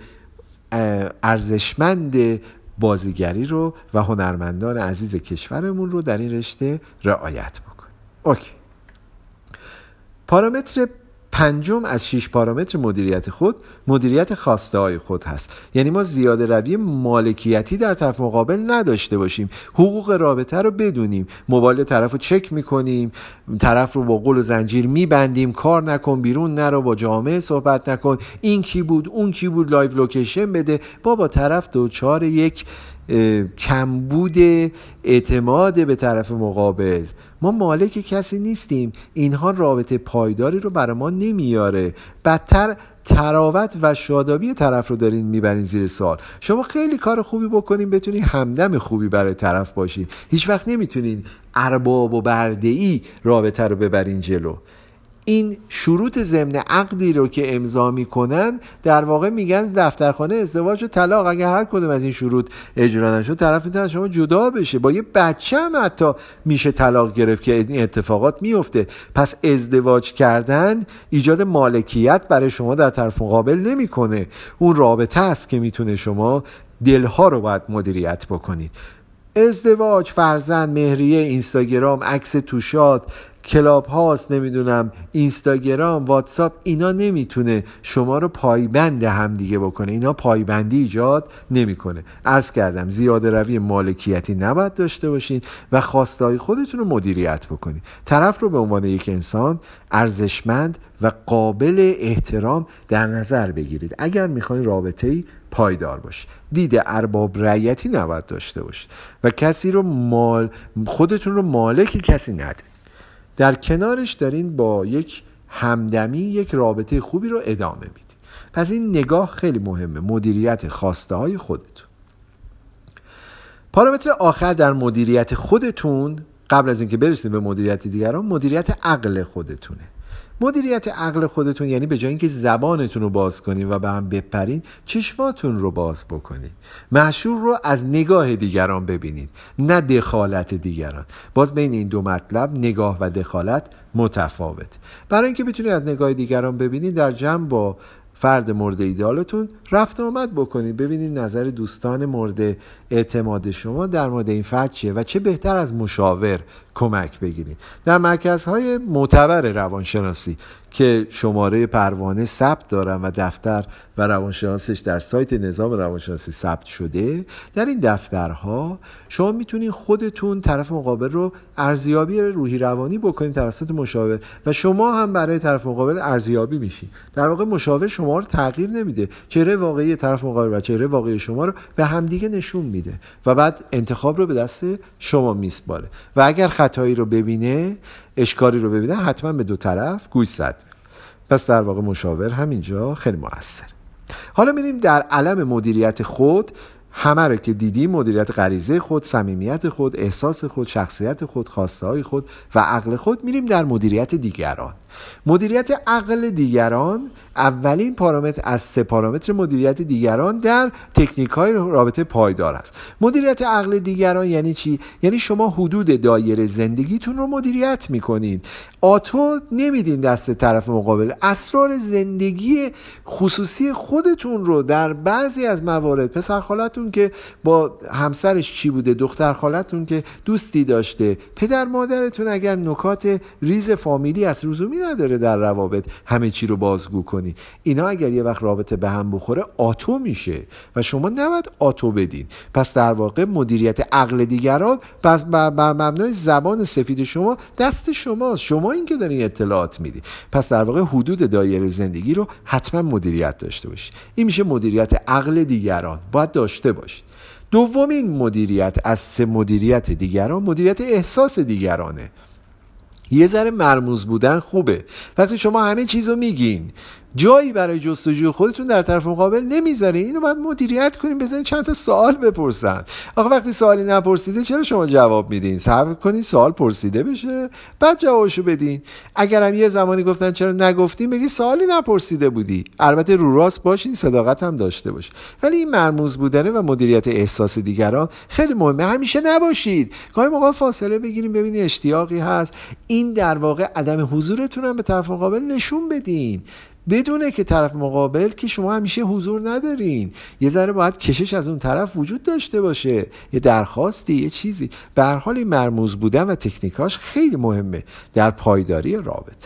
ارزشمند بازیگری رو و هنرمندان عزیز کشورمون رو در این رشته رعایت بکنیم. اوکی. پارامتر پنجم از شش پارامتر مدیریت خود مدیریت خواسته های خود هست. یعنی ما زیاده روی مالکیتی در طرف مقابل نداشته باشیم، حقوق رابطه رو بدونیم، موبایل طرف رو چک میکنیم، طرف رو با قل و زنجیر میبندیم، کار نکن، بیرون نرو، با جامعه صحبت نکن، این کی بود اون کی بود، لایو لوکیشن بده. با با طرف دوچار یک کمبود اعتماد به طرف مقابل. ما مالک کسی نیستیم، اینها رابطه پایداری رو برای ما نمیاره، بدتر تراوت و شادابی طرف رو دارین میبرین زیر سوال. شما خیلی کار خوبی بکنین بتونین همدم خوبی برای طرف باشین، هیچ وقت نمیتونین ارباب و برده‌ای رابطه رو ببرین جلو. این شروط ضمن عقدی رو که امضا میکنن در واقع میگن دفترخانه ازدواج و طلاق. اگر هر کدوم از این شروط اجرا نشد طرف میتونه از شما جدا بشه. با یه بچه هم حتی میشه طلاق گرفت که این اتفاقات میفته. پس ازدواج کردن ایجاد مالکیت برای شما در طرف مقابل نمیکنه، اون رابطه است که میتونه شما دلها رو باید مدیریت بکنید. ازدواج، فرزند، مهریه، اینستاگرام، عکس توشات، کلاب هاست، نمیدونم اینستاگرام، واتساپ، اینا نمیتونه شما رو پایبند هم دیگه بکنه، اینا پایبندی ایجاد نمیکنه. عرض کردم زیاده روی مالکیتی نباید داشته باشین و خواستهای خودتون رو مدیریت بکنید. طرف رو به عنوان یک انسان ارزشمند و قابل احترام در نظر بگیرید اگر میخواین رابطه‌ای پایدار باشه. دید ارباب رعیتی نباید داشته باشید و کسی رو مال خودتون رو مالک کسی ندید. در کنارش دارین با یک همدمی یک رابطه خوبی رو ادامه میدید. پس این نگاه خیلی مهمه، مدیریت خواسته های خودتون. پارامتر آخر در مدیریت خودتون قبل از اینکه برسیم به مدیریت دیگران، مدیریت عقل خودتونه. مدیریت عقل خودتون یعنی به جای اینکه زبانتون رو باز کنین و به هم بپرین، چشماتون رو باز بکنین، معشوق رو از نگاه دیگران ببینین، نه دخالت دیگران. باز بین این دو مطلب نگاه و دخالت متفاوت. برای اینکه بتونید از نگاه دیگران ببینین، در جمع با فرد مورد ایدالتون رفت آمد بکنید، ببینید نظر دوستان مورد اعتماد شما در مورد این فرد چیه و چه بهتر از مشاور کمک بگیرید. در مرکزهای معتبر روانشناسی که شماره پروانه ثبت دارن و دفتر و روانشناسش در سایت نظام روانشناسی ثبت شده، در این دفترها شما میتونید خودتون طرف مقابل رو ارزیابی روحی روانی بکنید توسط مشاور و شما هم برای طرف مقابل ارزیابی میشید. در واقع مشاور شما رو تغییر نمیده، چهره واقعی طرف مقابل و چهره واقعی شما رو به همدیگه نشون میده و بعد انتخاب رو به دست شما میسپاره و اگر خطایی رو ببینه، اشکالی رو ببینه، حتما به دو طرف گوشزد. پس در واقع مشاور همینجا خیلی مؤثر. حالا میریم در علم مدیریت خود. همه رو که دیدیم، مدیریت غریزه خود، صمیمیت خود، احساس خود، شخصیت خود، خواسته های خود و عقل خود. میریم در مدیریت دیگران. مدیریت عقل دیگران اولین پارامتر از سه پارامتر مدیریت دیگران در تکنیک های رابطه پایدار است. مدیریت عقل دیگران یعنی چی؟ یعنی شما حدود دایره زندگیتون رو مدیریت میکنید. آتو نمیدین دست طرف مقابل. اسرار زندگی خصوصی خودتون رو در بعضی از موارد، پسر خالتون که با همسرش چی بوده، دختر خالتون که دوستی داشته، پدر مادرتون اگر نکات ریز فامیلی از لزومی نداره در روابط همه چی رو بازگو کنی. اینا اگر یه وقت رابطه به هم بخوره آتو میشه و شما نباید آتو بدین. پس در واقع مدیریت عقل دیگران پس بر مبنای زبان سفید شما دست شماست، شما این که دارین اطلاعات میدی. پس در واقع حدود دایره زندگی رو حتما مدیریت داشته باشید. این میشه مدیریت عقل دیگران، باید داشته باشید. دومین مدیریت از سه مدیریت دیگران مدیریت احساس دیگرانه. یه ذره مرموز بودن خوبه. وقتی شما همه چیزو میگین جایی برای جستجوی خودتون در طرف مقابل نمیذارین. اینو باید مدیریت کنین، بزنین چند تا سوال بپرسن. آخه وقتی سوالی نپرسیده چرا شما جواب میدین؟ صبر کنین سوال پرسیده بشه بعد جوابشو بدین. اگرم یه زمانی گفتن چرا نگفتین، بگی سوالی نپرسیده بودی. البته رو راست باشین، صداقت هم داشته باش. ولی این مرموز بودن و مدیریت احساس دیگران خیلی مهمه. همیشه نباشید، گاهی موقع فاصله بگیریم ببینید اشتیاقی هست. این در واقع عدم حضورتون هم به طرف مقابل نشون بدین، بدونه که طرف مقابل که شما همیشه حضور ندارین. یه ذره باید کشش از اون طرف وجود داشته باشه، یه درخواستی، یه چیزی. به هر حال این مرموز بودن و تکنیکاش خیلی مهمه در پایداری رابطه.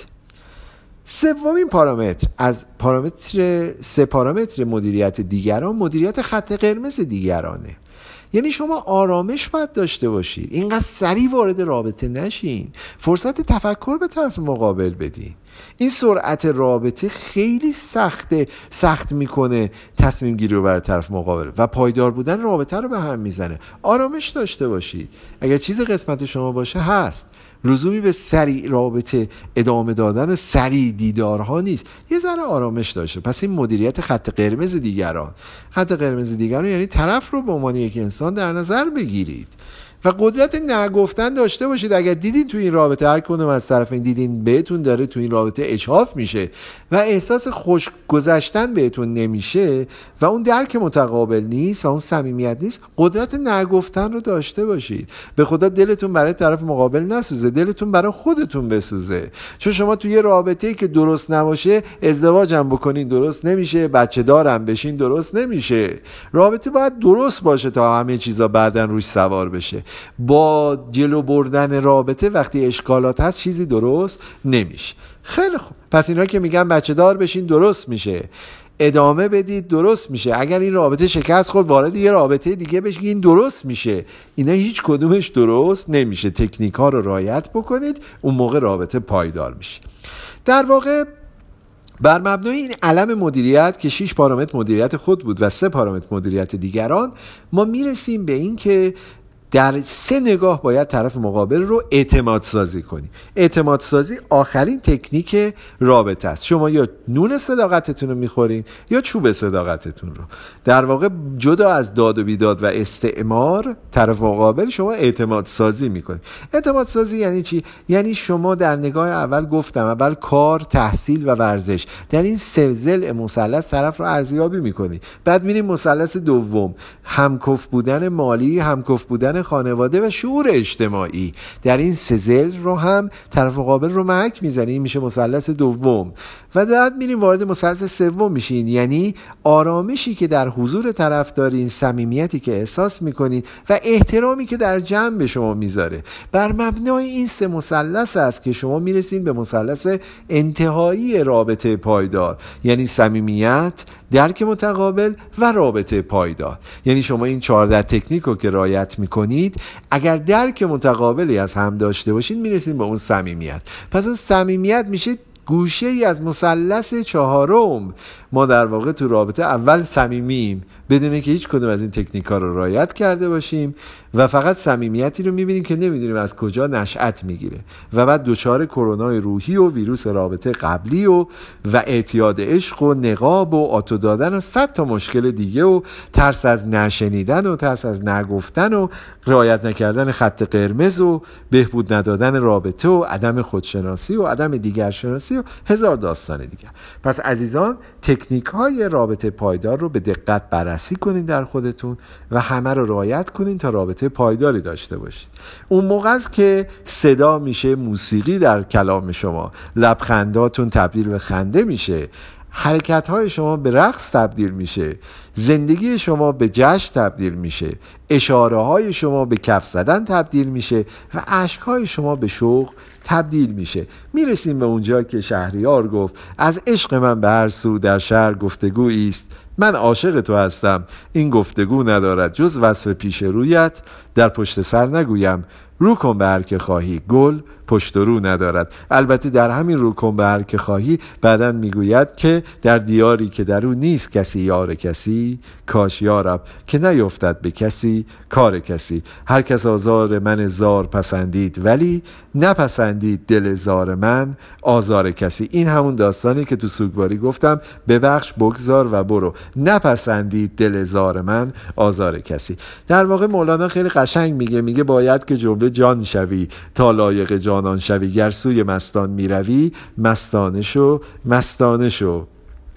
سومین پارامتر از پارامتر سه پارامتر مدیریت دیگران، مدیریت خط قرمز دیگرانه. یعنی شما آرامش باید داشته باشید، اینقدر سریع وارد رابطه نشین، فرصت تفکر به طرف مقابل بدین. این سرعت رابطه خیلی سخته، سخت میکنه تصمیم گیری رو برای طرف مقابل و پایدار بودن رابطه رو به هم میزنه. آرامش داشته باشید. اگر چیز قسمت شما باشه هست، لزومی به سریع رابطه ادامه دادن، سریع دیدارها نیست. یه ذره آرامش داشته. پس این مدیریت خط قرمز دیگران. خط قرمز دیگران یعنی طرف رو به عنوان یک انسان در نظر بگیرید و قدرت نگفتن داشته باشید. اگر دیدین تو این رابطه هر کدوم از طرفین دیدین بهتون داره تو این رابطه اجحاف میشه و احساس خوش گذشتن بهتون نمیشه و اون درک متقابل نیست و اون صمیمیت نیست، قدرت نگفتن رو داشته باشید. به خدا دلتون برای طرف مقابل نسوزه، دلتون برای خودتون بسوزه. چون شما تو یه رابطه‌ای که درست نباشه ازدواجم بکنین درست نمیشه، بچه دارم بشین درست نمیشه. رابطه باید درست باشه تا همه چیزا بعدن روش سوار بشه. با جلو بردن رابطه وقتی اشکالات هست چیزی درست نمیشه. خیلی خوب، پس اینا که میگن بچه دار بشین درست میشه، ادامه بدید درست میشه. اگر این رابطه شکست خورد وارد یه رابطه دیگه بشین درست میشه. اینا هیچ کدومش درست نمیشه. تکنیک ها رو رعایت بکنید، اون موقع رابطه پایدار میشه. در واقع بر مبنای این علم مدیریت که شش پارامتر مدیریت خود بود و سه پارامتر مدیریت دیگران، ما میرسیم به این که در سه نگاه باید طرف مقابل رو اعتماد سازی کنی. اعتماد سازی آخرین تکنیک رابطه است. شما یا نون صداقتتون رو میخورین یا چوب صداقتتون رو. در واقع جدا از داد و بیداد و استعمار، طرف مقابل شما اعتماد سازی میکنی. اعتماد سازی یعنی چی؟ یعنی شما در نگاه اول گفتم، اول کار، تحصیل و ورزش، در این سه ضلع مثلث طرف رو ارزیابی میکنی. بعد میریم مثلث دوم، همکف بودن مالی، همکف بودن خانواده و شعور اجتماعی. در این سه ضلع رو هم طرف مقابل رو محک میزنیم، میشه مثلث دوم. و بعد میریم وارد مثلث سوم میشین، یعنی آرامشی که در حضور طرف دارین، صمیمیتی که احساس میکنین و احترامی که در جمع به شما میذاره. بر مبنای این سه مثلث است که شما میرسین به مثلث انتهایی رابطه پایدار، یعنی صمیمیت، درک متقابل و رابطه پایدار. یعنی شما این چهارده تکنیک رو که رعایت میکنید، اگر درک متقابلی از هم داشته باشین، میرسین به اون صمیمیت. پس اون صمیمیت میشه گوشه ای از مثلث چهارم. ما در واقع تو رابطه اول صمیمیم بدون که هیچ کدوم از این تکنیک‌ها رو رعایت کرده باشیم و فقط صمیمیتی رو می‌بینیم که نمی‌دونیم از کجا نشأت میگیره و بعد دچار کرونا روحی و ویروس رابطه قبلی و و اعتیاد عشق و نقاب و آتو دادن و صد تا مشکل دیگه و ترس از نشنیدن و ترس از نگفتن و رعایت نکردن خط قرمز و بهبود ندادن رابطه و عدم خودشناسی و عدم دیگرشناسی و هزار داستان دیگه. پس عزیزان، تکنیک‌های رابطه پایدار رو به دقت بررسی کنین در خودتون و همه رو رعایت کنین تا رابطه پایداری داشته باشید. اون موقع است که صدا میشه موسیقی در کلام شما، لبخنداتون تبدیل به خنده میشه، حرکت‌های شما به رقص تبدیل میشه، زندگی شما به جشن تبدیل میشه، اشاره‌های شما به کف زدن تبدیل میشه و اشک‌های شما به شوق تبدیل میشه. میرسیم به اونجا که شهریار گفت از عشق من به هر سو در شهر گفتگویی است، من عاشق تو هستم این گفتگو ندارد جز وصف پیش رویت، در پشت سر نگویم رو کن به هر که خواهی گل پشت و رو ندارد. البته در همین رو کن به هر که خواهی بعداً میگوید که در دیاری که در او نیست کسی یار کسی، کاش یارب که نیفتد به کسی کار کسی. هر کس آزار من زار پسندید ولی نپسندید دل زار من آزار کسی. این همون داستانی که تو سوگواری گفتم ببخش بگذار و برو، نپسندید دل زار من آزار کسی. در واقع مولانا خیلی قشنگ میگه میگه باید که جمله جان شوی تا لایق جانان شوی، گر سوی مستان میروی مستانه شو مستانه شو.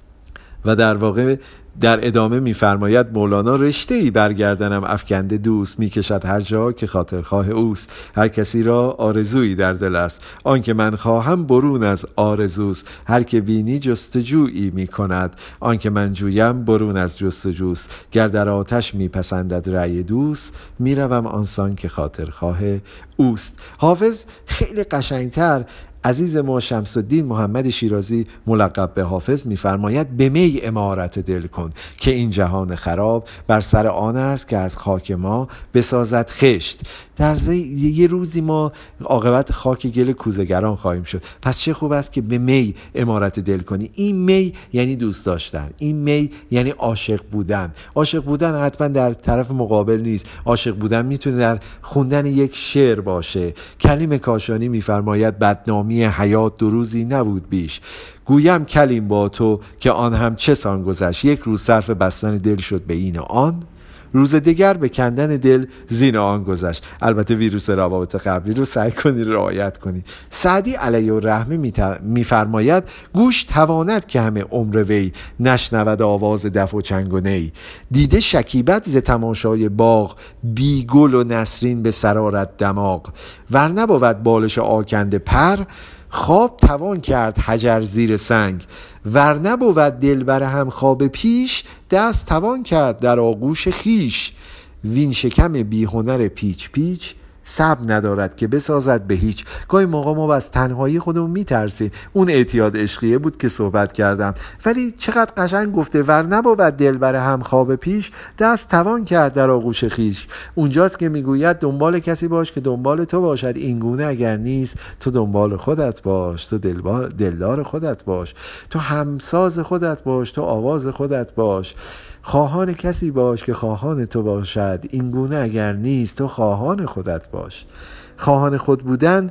و در واقع در ادامه میفرماید مولانا رشته ای برگردنم افکنده دوست، میکشد هر جا که خاطرخواه اوست. هر کسی را آرزویی در دل است، آن که من خواهم برون از آرزوست. هر که بینی جستجویی میکند، آن که من جویم برون از جستجوست. گر در آتش میپسندد رأی دوست، میروم آنسان که خاطرخواه اوست. حافظ خیلی قشنگتر عزیز ما شمس الدین محمد شیرازی ملقب به حافظ می‌فرماید به می امارت دل کن که این جهان خراب بر سر آن است که از خاک ما بسازد خشت. در زی... یه روزی ما عاقبت خاک گل کوزه‌گران خواهیم شد. پس چه خوب است که به می امارت دل کنی. این می یعنی دوست داشتن، این می یعنی عاشق بودن. عاشق بودن حتما در طرف مقابل نیست. عاشق بودن میتونه در خوندن یک شعر باشه. کلیم کاشانی میفرماید بدنامی حیات دو روزی نبود بیش، گویم کلیم با تو که آن هم چه سان گذشت. یک روز صرف بستن دل شد به این آن، روز دیگر به کندن دل زین آن گذشت. البته ویروس روابط قبلی رو سعی کنی رعایت کنی. سعدی علیه الرحمه میفرماید گوش تواند که همه عمر وی، نشنود آواز دف و چنگ و نی. دیده شکیبت ز تماشای باغ، بی گل و نسرین به سرارت دماغ. ور نبود بالش آکنده پر، خواب توان کرد حجر زیر سنگ. ور نبود دل بر هم خواب پیش، دست توان کرد در آغوش خیش. وین شکم بی هنر پیچ پیچ، صبر ندارد که بسازد به هیچ. گاهی موقع ما از تنهایی خودمون میترسیم. اون اعتیاد عشقیه بود که صحبت کردم، ولی چقدر قشنگ گفته ور نبود دل بر هم خواب پیش، دست توان کرد در آغوش خیش. اونجاست که میگوید دنبال کسی باش که دنبال تو باشد، اینگونه اگر نیست تو دنبال خودت باش، تو دلبار دلدار خودت باش، تو همساز خودت باش، تو آواز خودت باش. خواهان کسی باش که خواهان تو باشد، اینگونه اگر نیست تو خواهان خودت باش. خواهان خود بودن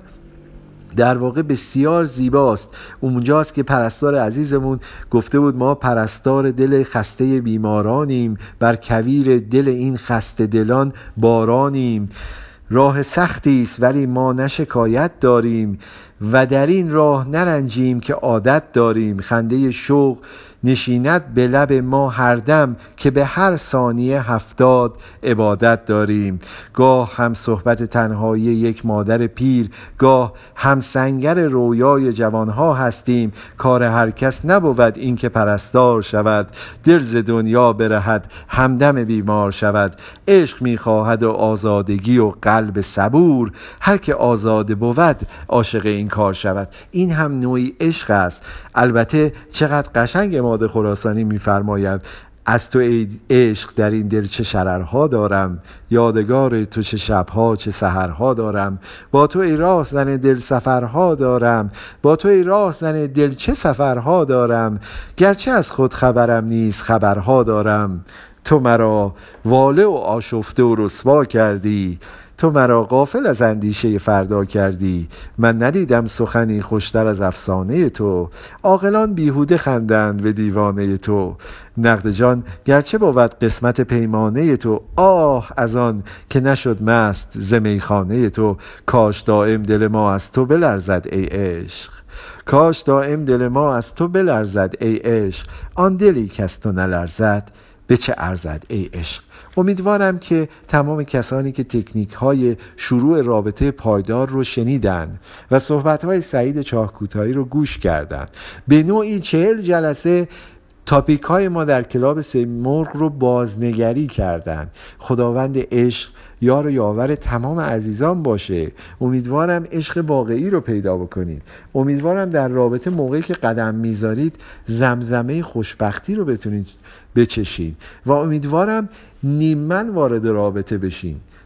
در واقع بسیار زیباست. اونجاست که پرستار عزیزمون گفته بود ما پرستار دل خسته بیمارانیم، بر کویر دل این خسته دلان بارانیم. راه سختی است ولی ما نه شکایت داریم، و در این راه نرنجیم که عادت داریم. خنده شوق نشیند به لب ما هر دم، که به هر ثانیه هفتاد عبادت داریم. گاه هم صحبت تنهایی یک مادر پیر، گاه هم سنگر رویای جوانها هستیم. کار هر کس نبود این که پرستار شود، دل ز دنیا برهد همدم بیمار شود. عشق میخواهد و آزادگی و قلب صبور، هر که آزاده بود عاشق این کار شود. این هم نوعی عشق است. البته چقدر قشنگ اماد خراسانی میفرماید از تو ای عشق در این دل چه شررها دارم، یادگار تو چه شبها چه سحرها دارم. با تو ای راه زن دل سفرها دارم، با تو ای راه زن دل چه سفرها دارم. گرچه از خود خبرم نیست خبرها دارم. تو مرا واله و آشفته و رسوا کردی، تو مرا غافل از اندیشه فردا کردی. من ندیدم سخنی خوشتر از افسانه تو، عاقلان بیهوده خندند به دیوانه تو. نقد جان گرچه بود قسمت پیمانه تو، آه از آن که نشد مست ز میخانه تو. کاش دائم دل ما از تو بلرزد ای عشق، کاش دائم دل ما از تو بلرزد ای عشق. آن دلی که از تو نلرزد به چه ارزد ای عشق. امیدوارم که تمام کسانی که تکنیک های شروع رابطه پایدار رو شنیدن و صحبت های سعید چاهکوتایی رو گوش کردن، به نوعی چهل جلسه تاپیک های ما در کلاب سیمرغ رو بازنگری کردن. خداوند عشق یار و یاور تمام عزیزان باشه. امیدوارم عشق واقعی رو پیدا بکنید. امیدوارم در رابطه موقعی که قدم میذارید زمزمه خوشبختی رو بتونید بچشید و امیدوارم نیممن وارد رابطه بشین.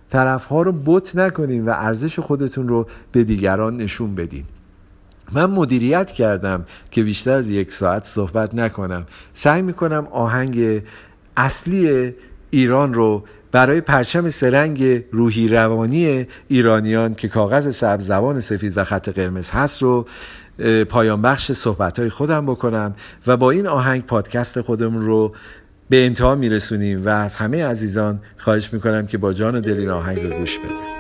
طرفها رو بت نکنین و ارزش خودتون رو به دیگران نشون بدین. من مدیریت کردم که بیشتر از یک ساعت صحبت نکنم. سعی میکنم آهنگ اصلی ایران رو برای پرچم سرنگ روحی روانی ایرانیان که کاغذ سبز، زبان سفید و خط قرمز هست رو پایان بخش صحبت‌های خودم بکنم و با این آهنگ پادکست خودمون رو به انتها میرسونیم و از همه عزیزان خواهش میکنم که با جان و دل این آهنگ رو گوش بدن.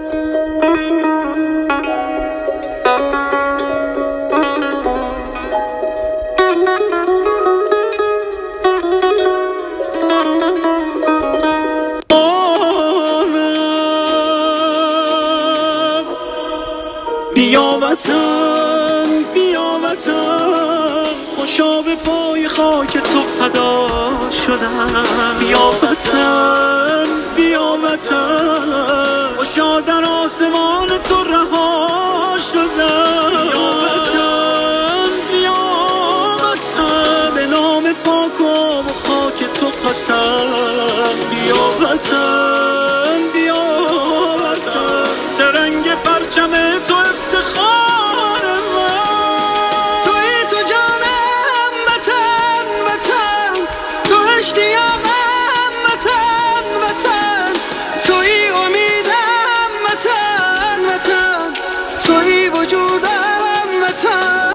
بیا وطن، بیا وطن، خوشا به پای خاک تو فدا شدم. بیا وطن، بیا وطن، خوشا در آسمان تو رها شدم. بیا وطن، بیا وطن، به نام پاک و خاک تو قسم. بیا وطن